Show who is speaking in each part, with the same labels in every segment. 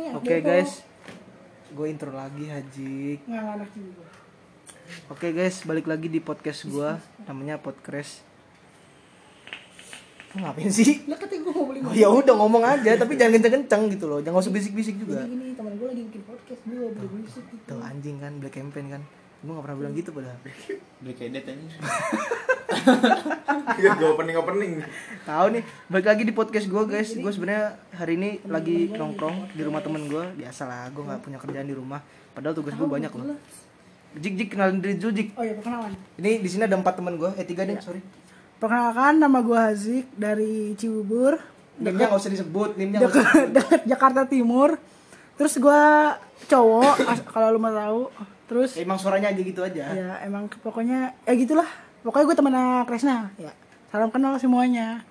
Speaker 1: Oke guys, gue intro lagi Hajik.
Speaker 2: Nggak juga.
Speaker 1: Oke guys, balik lagi di podcast gue, namanya Podcast. Ngapain sih?
Speaker 2: Lah katanya gue ngomongin.
Speaker 1: Oh, ya udah ngomong aja, tapi jangan kenceng-kenceng gitu loh, jangan usah bisik-bisik juga.
Speaker 2: Jadi gini, teman gue lagi bikin podcast, gue berisik gitu.
Speaker 1: Tuh anjing kan, black campaign kan. Gue gak pernah bilang gitu padahal.
Speaker 3: Black edit aja.
Speaker 4: Gue opening.
Speaker 1: Tahu nih, balik lagi di podcast gue guys. Gue sebenarnya hari ini lagi nongkrong di rumah temen gue. Biasalah, gue nggak punya kerjaan di rumah. Padahal tugas gue banyak loh. Jik kenalin diri dulu Jik.
Speaker 2: Oh iya, perkenalan.
Speaker 1: Ini di sini ada 4 teman gue, 3 deh, sorry.
Speaker 2: Perkenalkan, nama gue Hazik dari Cibubur.
Speaker 1: Nimnya nggak usah disebut, nimnya nggak usah disebut.
Speaker 2: Dekat Jakarta Timur. Terus gue cowok, kalau lu mau tahu. Terus
Speaker 1: Emang suaranya aja gitu aja.
Speaker 2: ya emang pokoknya gitulah. Pokoknya gue temen Kresna. Ya, salam kenal semuanya.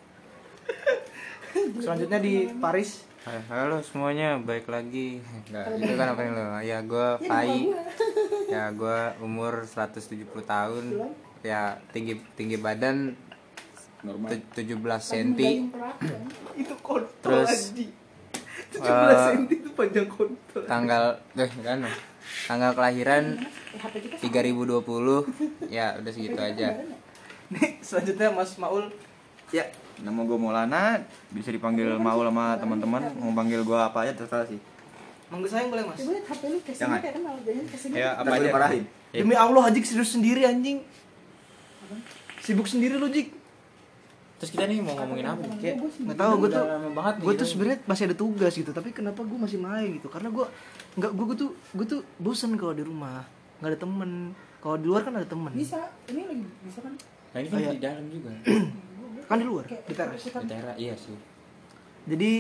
Speaker 1: Selanjutnya di Paris.
Speaker 3: Halo semuanya, balik lagi. Enggak, itu kan apa nih lo? Ya gue Pai. Ya gue umur 170 tahun. Ya tinggi badan
Speaker 4: Normal.
Speaker 3: 17 cm.
Speaker 1: Itu kontol
Speaker 3: Terus,
Speaker 1: Adi. 17 cm itu panjang kontol.
Speaker 3: Tanggal kelahiran 3020. Ya udah segitu aja.
Speaker 1: Nih, selanjutnya Mas Maul. Ya,
Speaker 4: Nama gue Maulana, bisa dipanggil Maul sama teman-teman. Mau panggil gue apa aja terserah sih.
Speaker 1: manggil saya boleh Mas.
Speaker 2: Coba lihat HP lu casingnya
Speaker 4: Jangan.
Speaker 2: kayak kenal, jangan casingnya.
Speaker 3: Ya
Speaker 4: Apa aja parahin.
Speaker 1: Demi Allah Hajik serius sendiri anjing. Sibuk sendiri lu Jik.
Speaker 3: Terus kita nih mau ngomongin apa nih?
Speaker 1: Kayak nggak tahu gue tuh.
Speaker 3: Udah lama banget nih
Speaker 1: Gue
Speaker 3: kita
Speaker 1: tuh
Speaker 3: nih.
Speaker 1: sebenarnya masih ada tugas gitu, tapi kenapa gue masih main gitu? Karena gue tuh bosan kalau di rumah, nggak ada temen. Kalau di luar kan ada temen.
Speaker 2: Bisa, ini lagi bisa kan?
Speaker 3: Nah, ini kan
Speaker 1: Oh, iya.
Speaker 3: di dalam juga.
Speaker 1: Kan di luar, di teras.
Speaker 3: Di daerah iya sih.
Speaker 1: Jadi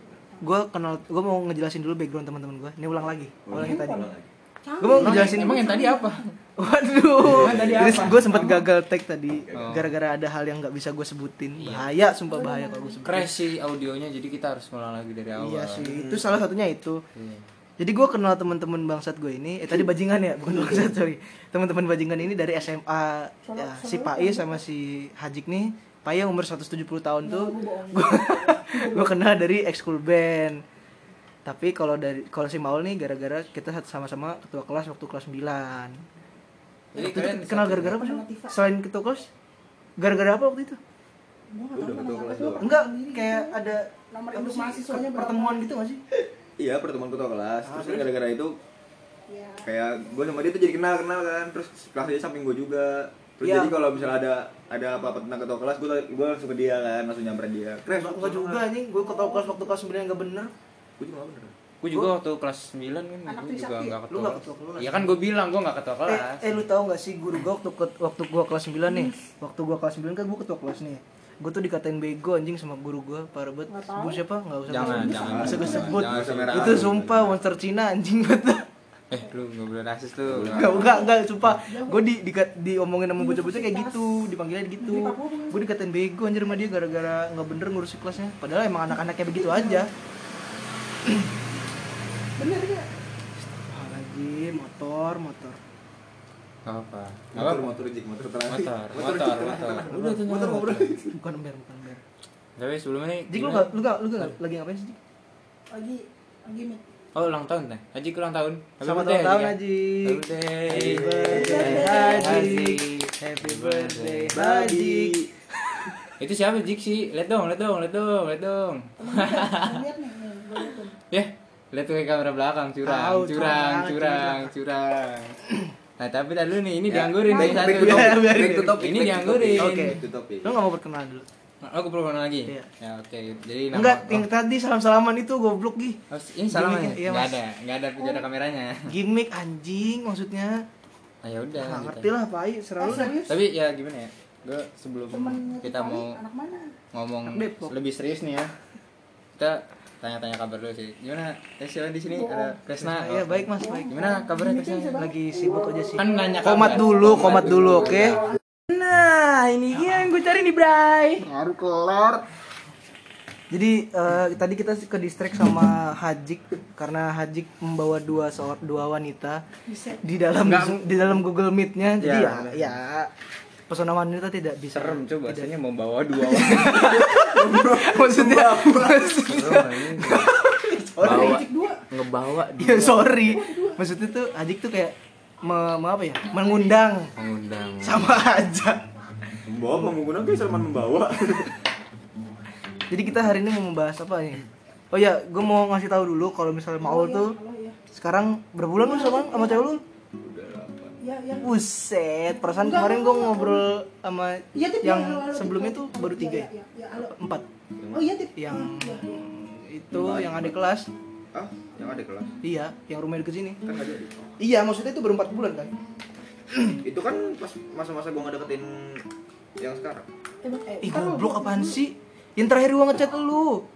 Speaker 1: gue mau ngejelasin dulu background teman-teman gue. Ini ulang lagi, ulangin tadi. Gue mau ngejelasin.
Speaker 3: Emang yang tadi apa?
Speaker 1: Waduh,
Speaker 3: Emang tadi
Speaker 1: terus
Speaker 3: apa?
Speaker 1: gue sempat gagal tag tadi
Speaker 3: Oh.
Speaker 1: gara-gara ada hal yang nggak bisa gue sebutin. Bahaya, sumpah bahaya kalau gue sebutin.
Speaker 3: Crash sih audionya, jadi kita harus ngulang lagi dari awal.
Speaker 1: Iya sih, itu salah satunya itu.
Speaker 3: Iya.
Speaker 1: Jadi gue kenal teman-teman bangsat gue ini, tadi bajingan ya, bukan bangsat sorry. Teman-teman bajingan ini dari SMA, ya, si Pai sama si Hajik nih. Pai yang umur 170 tahun tuh, gue kenal dari ekskul band. Tapi kalau si Maul nih gara-gara kita sama-sama ketua kelas waktu kelas 9.
Speaker 3: Jadi
Speaker 1: Waktu itu
Speaker 3: kalian
Speaker 1: kenal gara-gara apa sih? Selain ketua kelas? Gara-gara apa waktu itu?
Speaker 4: Udah ketua kelas doang.
Speaker 1: Enggak, kayak ada
Speaker 2: Nomor
Speaker 1: apa
Speaker 2: induk
Speaker 1: sih,
Speaker 2: mahasiswanya berapa?
Speaker 1: pertemuan gitu gak sih?
Speaker 4: Iya, pertemuan ketua kelas. Terus kan gara-gara itu
Speaker 2: Iya.
Speaker 4: kayak gue sama dia tuh jadi kenal kan. Terus kelas dia samping gue juga. Terus
Speaker 1: Iya.
Speaker 4: jadi kalau misalnya ada apa-apa tentang ketua kelas, gue langsung ke dia kan, langsung nyamperin dia. Kres,
Speaker 1: Enggak juga anjing, gue ketua kelas waktu kelas 9 enggak bener.
Speaker 4: Gue juga gak bener.
Speaker 3: Gue juga waktu kelas 9 kan
Speaker 2: Anak
Speaker 3: gue juga
Speaker 2: Trisakti.
Speaker 3: enggak
Speaker 1: Lu
Speaker 3: ketua.
Speaker 1: nggak ketua kelas?
Speaker 3: Iya kan gue bilang gue enggak ketua kelas.
Speaker 1: Lu tahu nggak sih guru gue waktu gue kelas 9 nih, waktu gue kelas 9 kan gue ketua kelas nih. Gue tuh dikatain bego anjing sama guru gue, parah banget.
Speaker 2: Nggak tahu.
Speaker 1: Sebut siapa? Enggak usah.
Speaker 3: Jangan,
Speaker 1: gua sebut.
Speaker 3: jangan.
Speaker 1: Nggak usah gue sebut.
Speaker 4: Jangan usah merah.
Speaker 1: Itu sumpah monster Cina anjing banget.
Speaker 3: Lu enggak boleh rasis tuh.
Speaker 1: Enggak, sumpah. Gue diomongin sama bocah-bocah kayak gitu, dipanggilnya gitu. Gue dikatain bego anjir sama dia gara-gara nggak bener ngurusin kelasnya. Padahal emang anak-anaknya begitu aja.
Speaker 2: Bener ya?
Speaker 1: Lagi motor.
Speaker 3: Enggak apa.
Speaker 4: Motor Jik, motor terakhir.
Speaker 3: Motor. Udah tuh
Speaker 4: Motor ngobrol.
Speaker 1: Bukan ember.
Speaker 3: Tapi sebelumnya nih.
Speaker 1: Jik lu nggak lagi ngapain sih Jik?
Speaker 2: Lagi nih.
Speaker 3: Oh, ulang tahun nih. Haji ulang tahun.
Speaker 1: Selamat
Speaker 3: birthday,
Speaker 1: ulang tahun
Speaker 3: Haji.
Speaker 1: Haji.
Speaker 3: Happy
Speaker 1: birthday, Haji. Happy birthday, Haji.
Speaker 3: Itu siapa Jik sih? Lihat dong.
Speaker 2: Lihat nih, gue liatin.
Speaker 3: Ya, lihat tuh ke kamera belakang,
Speaker 1: Tahu,
Speaker 3: curang. Nah, tapi tadi dulu nih, ini
Speaker 4: Ya,
Speaker 3: dianggurin dari satu.
Speaker 4: back to topic.
Speaker 3: Ini dianggurin.
Speaker 1: Oke.
Speaker 4: Itu topik.
Speaker 1: Lu nggak mau perkenalan dulu?
Speaker 3: Aku perlu kenal lagi.
Speaker 1: Iya.
Speaker 3: Ya, oke. Jadi nama
Speaker 1: Enggak, yang tadi salam-salaman itu goblok Gi.
Speaker 3: Oh, ini salah
Speaker 1: Gimik,
Speaker 3: ya?
Speaker 1: iya,
Speaker 3: Enggak
Speaker 1: Mas.
Speaker 3: ada kameranya.
Speaker 1: Gimik anjing maksudnya.
Speaker 3: Ah, ya udah.
Speaker 1: Nah,
Speaker 3: gitu.
Speaker 1: ngerti lah Pai, selalu dah.
Speaker 2: Serius?
Speaker 3: Tapi ya gimana ya? Gue sebelum
Speaker 2: Temen
Speaker 3: kita mau
Speaker 2: anak mana?
Speaker 3: ngomong
Speaker 1: Anak Depok.
Speaker 3: lebih serius nih ya. Kita tanya-tanya kabar dulu sih. Gimana? Siapa di sini? Ada Kresna.
Speaker 1: Iya, baik Mas, baik.
Speaker 3: Gimana kabarnya Kresna?
Speaker 1: Lagi sibuk aja sih.
Speaker 3: Kan nanya
Speaker 1: Komat
Speaker 3: kabar.
Speaker 1: dulu, oke? Nah, ini dia yang gue cari nih, Bray.
Speaker 4: Baru kelar.
Speaker 1: Jadi tadi kita ke distrik sama Hajik karena Hajik membawa dua wanita di dalam Google Meet-nya. Jadi ya pesona wanita tidak bisa.
Speaker 3: Serem coba bahasanya mau bawa dua
Speaker 1: Maksudnya
Speaker 3: orang.
Speaker 2: Orang dua.
Speaker 3: ngebawa
Speaker 1: Ya sorry. Maksudnya tuh Hajik tuh kayak apa ya? Mengundang. Sama aja.
Speaker 4: Membawa menggunakan kayak Salman membawa.
Speaker 1: Jadi kita hari ini mau membahas apa nih? Oh ya, gue mau ngasih tahu dulu kalau misalnya Maul tuh sekarang berapa bulan lu sama cewek lu? Buset, perasaan kemarin gue ngobrol sama yang sebelumnya tuh baru 3 ya? 4.
Speaker 2: Oh iya, Tip.
Speaker 1: Yang itu yang adik kelas.
Speaker 4: Ah, yang ada kelas.
Speaker 1: Iya, yang rumahnya deket sini.
Speaker 4: Kan enggak jadi.
Speaker 1: Iya, maksudnya itu baru 4 bulan kan?
Speaker 4: Itu kan pas masa-masa gua ngedeketin yang sekarang.
Speaker 1: Ih, goblok apaan sih? Yang terakhir gua ngechat lu.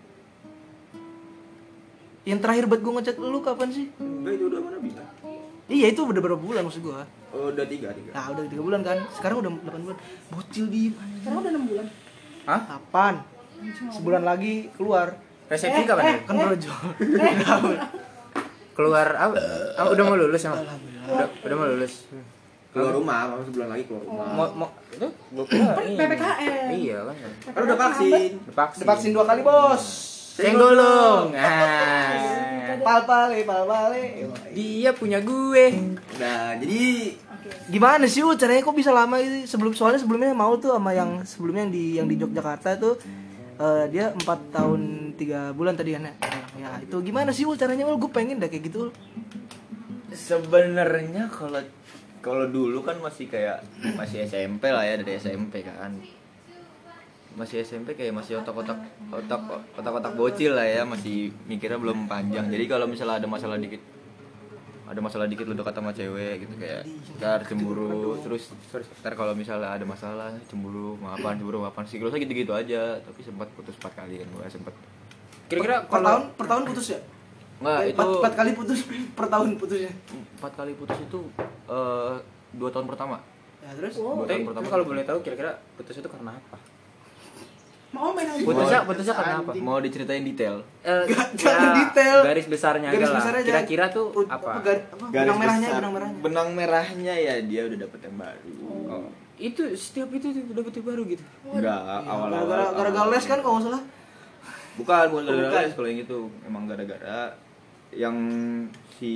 Speaker 1: Yang terakhir buat gua ngechat lu kapan sih?
Speaker 4: Enggak, itu udah mana bisa?
Speaker 1: Iya, itu udah berapa bulan maksud gua?
Speaker 4: Oh, udah 3.
Speaker 1: Nah, udah 3 bulan kan? Sekarang udah 8 bulan. Bocil di
Speaker 2: Sekarang udah 6 bulan.
Speaker 3: Hah?
Speaker 1: kapan? Sebulan lagi keluar.
Speaker 3: Resepsi kapan ya?
Speaker 1: Kan brojol.
Speaker 3: Keluar udah mau lulus emang? Udah mau lulus.
Speaker 4: Keluar rumah, maksudnya sebulan lagi keluar rumah.
Speaker 3: Mau itu gua keluar.
Speaker 2: PPKM.
Speaker 3: Iya kan.
Speaker 4: Kan udah vaksin.
Speaker 1: Udah vaksin 2 kali, Bos.
Speaker 3: Senggolong.
Speaker 1: Pal-pale.
Speaker 3: Dia punya gue.
Speaker 4: Nah, jadi
Speaker 1: Gimana sih caranya kok bisa lama ini? Soalnya sebelumnya mau tuh sama yang sebelumnya yang di Yogyakarta tuh dia 4 tahun 3 bulan tadi kan ya. Ya, itu gimana sih caranya? Gue pengen dah kayak gitu.
Speaker 4: sebenarnya kalau dulu kan masih masih SMP lah ya, dari SMP kan. Masih SMP kayak masih otak bocil lah ya, masih mikirnya belum panjang. Jadi kalau misalnya ada masalah dikit lu dekat sama cewek gitu, kayak ntar cemburu, terus ntar kalau misalnya ada masalah cemburu maafan siklusnya gitu-gitu aja. Tapi sempat putus 4 kali kan, gue sempet.
Speaker 3: Kira-kira
Speaker 1: per tahun putus ya?
Speaker 4: Nggak, itu
Speaker 1: 4 kali putus per tahun putusnya.
Speaker 4: 4 kali putus itu 2 tahun pertama.
Speaker 1: Ya terus?
Speaker 3: Tapi kalau boleh tahu kira-kira putus itu karena apa?
Speaker 2: Mau main sama
Speaker 3: Putusnya karena apa?
Speaker 4: Mau diceritain detail?
Speaker 1: Jangan detail.
Speaker 3: Garis besarnya aja lah. Kira-kira tuh apa?
Speaker 1: Benang merahnya,
Speaker 4: besar.
Speaker 1: benang merahnya.
Speaker 4: Benang merahnya ya dia udah dapet yang baru.
Speaker 3: Oh, itu setiap itu dapet yang baru gitu.
Speaker 4: Enggak, awal-awal.
Speaker 1: Gara-gara les kan kalau nggak salah.
Speaker 4: Bukan gara-gara les, kalau yang itu emang gara-gara yang si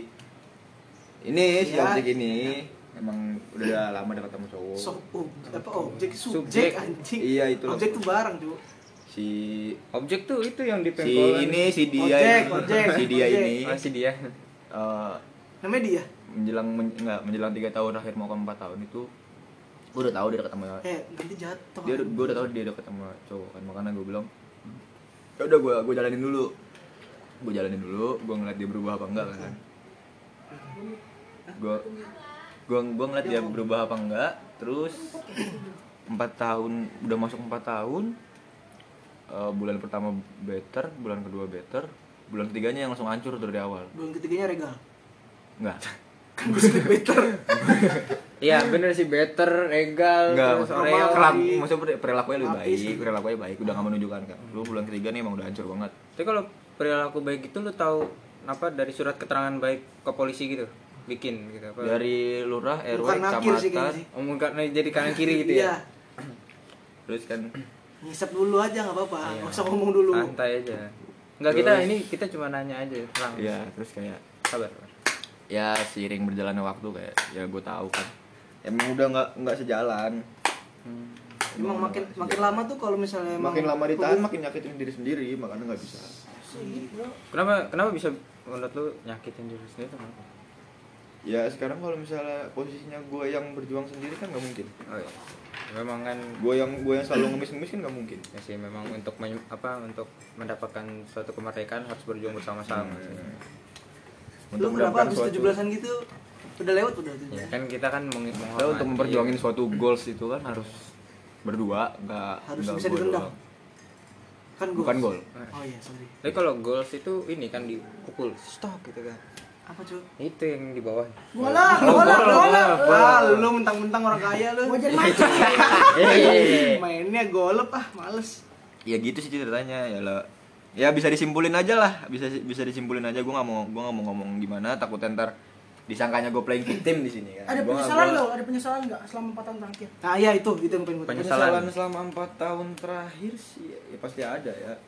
Speaker 1: Ya.
Speaker 4: objek ini emang udah lama dekat sama cowok.
Speaker 1: Subjek anjing.
Speaker 4: Iya, itu loh.
Speaker 1: Objek tuh barang, Cuk.
Speaker 4: Si
Speaker 3: Objek tuh itu yang di pengkolan.
Speaker 4: si dia
Speaker 1: Ojek.
Speaker 4: ini
Speaker 3: Masih dia.
Speaker 1: Namanya dia.
Speaker 4: menjelang 3 tahun akhir mau ke 4 tahun itu gue udah tahu dia dekat sama
Speaker 1: Nanti jatuh.
Speaker 4: gue udah tahu dia dekat sama cowok kan, makanya gue bilang ya udah gue jalanin dulu, gue ngeliat dia berubah apa enggak kan. Gue ngeliat dia berubah apa enggak. Terus 4 tahun, udah masuk 4 tahun, bulan pertama better, bulan kedua better, bulan ketiganya yang langsung hancur dari awal.
Speaker 1: Bulan ketiganya regal.
Speaker 4: Enggak.
Speaker 1: Kan biskuit better.
Speaker 3: Iya bener sih, better, regal,
Speaker 4: Enggak,
Speaker 3: terus Oreo.
Speaker 4: maksudnya perilakunya lebih baik, udah gak menunjukkan kan. Lu bulan ketiga nih emang udah hancur banget.
Speaker 3: Tapi kalau perilaku baik itu lu tahu apa dari surat keterangan baik ke polisi gitu? Bikin gitu apa?
Speaker 4: Dari lurah, RW,
Speaker 1: Bukan nakir sih
Speaker 4: kecamatan.
Speaker 1: kayaknya sih.
Speaker 3: Bukan jadi kanan kiri gitu
Speaker 1: Iya.
Speaker 3: ya?
Speaker 4: Terus kan
Speaker 1: Ngisep dulu aja enggak apa-apa.
Speaker 3: Iya.
Speaker 1: Enggak usah ngomong dulu.
Speaker 3: Santai aja. Enggak, kita cuma nanya aja terang.
Speaker 4: ya terus kayak
Speaker 3: Sabar.
Speaker 4: ya seiring berjalannya waktu kayak ya gue tahu kan emang udah nggak sejalan.
Speaker 1: Emang makin lama tuh kalau misalnya emang
Speaker 4: Makin lama ditahan makin nyakitin diri sendiri, makanya nggak bisa.
Speaker 3: Kenapa bisa menurut lu nyakitin diri sendiri kenapa?
Speaker 4: Ya sekarang kalau misalnya posisinya gue yang berjuang sendiri kan nggak mungkin.
Speaker 3: Oh iya. Memang kan
Speaker 4: Gue yang selalu ngemis kan nggak mungkin.
Speaker 3: ya sih, memang untuk untuk mendapatkan suatu kemerdekaan harus berjuang bersama-sama sih.
Speaker 1: lu berapa habis 17-an gitu udah lewat udah tuh.
Speaker 3: Ya kan kita kan
Speaker 4: Ya, untuk memperjuangin suatu goals itu kan harus berdua,
Speaker 1: Harus
Speaker 4: nggak
Speaker 1: bisa
Speaker 4: gua
Speaker 1: ditendang.
Speaker 4: doang.
Speaker 1: Kan
Speaker 4: Bukan gol.
Speaker 1: Oh iya, sorry.
Speaker 3: Tapi kalau goals itu ini kan dipukul stop gitu kan.
Speaker 1: Apa, Cuk?
Speaker 3: Itu yang di bawah.
Speaker 2: Bola.
Speaker 1: Lu mentang-mentang orang kaya lu.
Speaker 2: Gua jadi mancing.
Speaker 1: Mainnya golep males.
Speaker 4: Ya gitu sih ceritanya ya lah. Ya bisa disimpulin aja lah, bisa disimpulin aja. Gue nggak mau ngomong gimana, takut ntar disangkanya gue playing victim di sini kan.
Speaker 2: Ada penyesalan lo? Ada penyesalan nggak selama 4 tahun terakhir?
Speaker 1: Nah, iya itu yang pengen gue tanya.
Speaker 4: Penyesalan selama 4 tahun terakhir sih ya pasti ada ya.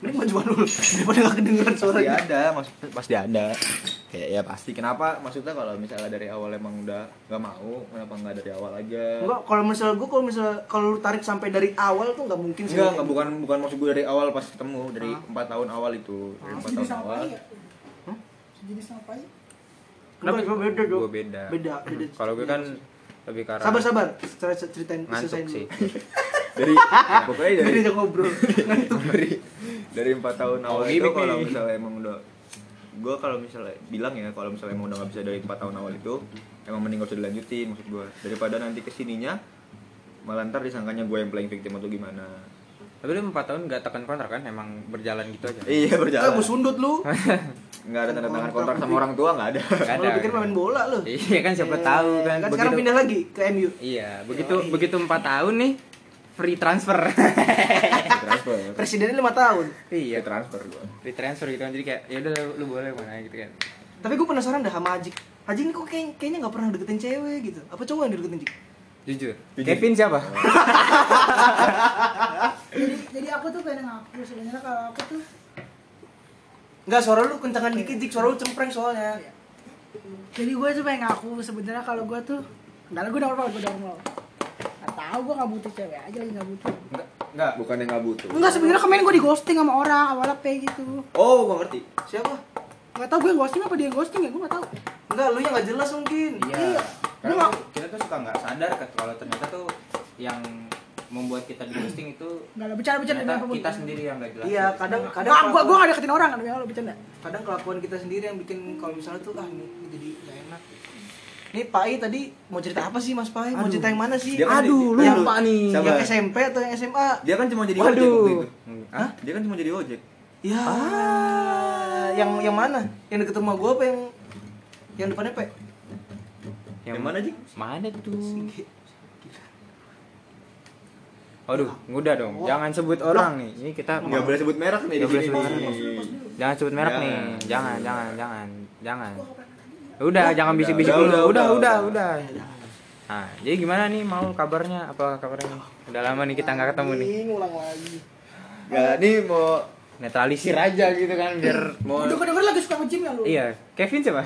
Speaker 1: Mending majuan dulu daripada nggak kedengeran
Speaker 4: Pasti
Speaker 1: suaranya.
Speaker 4: ada, pasti ada. Kayak ya pasti. Kenapa? Maksudnya kalau misalnya dari awal emang udah nggak mau, kenapa nggak dari awal aja?
Speaker 1: Enggak, kalau misalnya lu tarik sampai dari awal tuh nggak mungkin sih.
Speaker 4: Enggak, bukan maksud gue dari awal pas ketemu, dari 4 tahun awal itu. Dari 4 tahun awal.
Speaker 2: Sejenis apa ya?
Speaker 1: Kenapa gue beda dong?
Speaker 3: Gue beda.
Speaker 1: Beda.
Speaker 3: Kalau gue kan lebih ke arah
Speaker 1: Sabar. Ceritain
Speaker 3: ngantuk
Speaker 1: selesain
Speaker 3: sih.
Speaker 1: dulu.
Speaker 4: Dari pokoknya
Speaker 1: Dari dia ngobrol. Ngantuk.
Speaker 4: dari 4 tahun awal
Speaker 3: Oh,
Speaker 4: itu
Speaker 3: gimmick
Speaker 4: kalau
Speaker 3: nih.
Speaker 4: misalnya emang udah gue kalau misalnya bilang ya kalau misalnya emang udah nggak bisa dari 4 tahun awal itu emang mending gak usah dilanjutin maksud gue daripada nanti kesininya malah ntar disangkanya gue yang playing victim atau gimana.
Speaker 3: Tapi lu 4 tahun gak tekan kontrak kan? Emang berjalan gitu aja?
Speaker 4: Iya
Speaker 1: Kan
Speaker 4: berjalan.
Speaker 1: gue sundut lu.
Speaker 4: Nggak ada tanda tangan kontrak sama orang tua nggak ada.
Speaker 3: Gak
Speaker 1: Kalau pikir main bola lu.
Speaker 3: Iya kan siapa tahu kan.
Speaker 1: Kan sekarang pindah lagi ke MU.
Speaker 3: Iya, begitu 4 tahun nih free transfer.
Speaker 4: Transfer.
Speaker 1: Presidennya 5 tahun.
Speaker 3: Iya,
Speaker 4: Transfer gue.
Speaker 3: free transfer gitu kan. Jadi kayak ya udah lu boleh mana gitu kan.
Speaker 1: Tapi gue penasaran dah sama Ajik. Ajik ini kok kayaknya nggak pernah deketin cewek gitu. Apa cowok yang dideketin Jik?
Speaker 3: Jujur. Kevin siapa?
Speaker 2: Jadi aku tuh pengen ngaku sebenarnya kalau aku tuh
Speaker 1: Enggak, suara lu kencangan dikit Jik. Suara lu cempreng soalnya.
Speaker 2: jadi gue tuh pengen ngaku sebenarnya kalau gue tuh enggak lah, gue normal. Nggak tahu, gue nggak butuh cewek aja, lagi nggak butuh.
Speaker 4: Enggak, bukannya nggak butuh.
Speaker 2: Enggak, sebenarnya kemarin gue di ghosting sama orang awalnya kayak gitu.
Speaker 4: Oh, gue ngerti.
Speaker 1: Siapa?
Speaker 2: Nggak tahu gue yang ghosting apa dia yang ghosting ya, gue nggak tahu.
Speaker 1: Enggak, lu yang nggak jelas mungkin.
Speaker 3: Iya. Karena
Speaker 2: Gua
Speaker 3: kita tuh suka nggak sadar kan kalau ternyata tuh yang membuat kita di ghosting itu
Speaker 2: Nggak lah, bercanda
Speaker 3: ternyata
Speaker 2: dengan
Speaker 3: kita sendiri yang nggak jelas.
Speaker 1: Iya, kadang
Speaker 2: Gue nggak deketin orang kan, lo bercanda.
Speaker 1: kadang kelakuan kita sendiri yang bikin kalau misalnya tuh ini jadi gak enak. Nih Pak I tadi mau cerita apa sih Mas Pak I? Mau cerita yang mana sih?
Speaker 4: Dia kan
Speaker 2: Aduh,
Speaker 4: dia-
Speaker 2: lupa nih.
Speaker 4: Sabar.
Speaker 1: Yang SMP atau yang SMA?
Speaker 4: Dia kan cuma jadi ojek waktu itu.
Speaker 3: Hah?
Speaker 4: Dia kan cuma jadi ojek.
Speaker 1: Ya. Yang mana? Yang deket rumah gua apa yang depannya Pak?
Speaker 4: Yang mana, Jik?
Speaker 3: Mana tuh? Aduh, udah dong. Jangan sebut orang nih. Ini kita
Speaker 4: Nggak boleh sebut merek nih di
Speaker 3: Nggak boleh
Speaker 4: sini.
Speaker 3: sebut merek
Speaker 4: nih.
Speaker 3: Jangan sebut merek
Speaker 4: Jangan.
Speaker 3: nih. Jangan. Udah, jangan bisik-bisik
Speaker 4: udah,
Speaker 3: dulu.
Speaker 4: udah.
Speaker 3: Udah. Nah, jadi gimana nih mau kabarnya? Apa kabarnya nih? Udah lama nih kita nggak ketemu nih.
Speaker 1: Ngulang lagi.
Speaker 4: Nggak, nih mau
Speaker 3: Netralisir aja gitu kan biar
Speaker 4: mau
Speaker 2: Udah denger lagi suka nge-gym ya lu?
Speaker 3: Iya, Kevin siapa?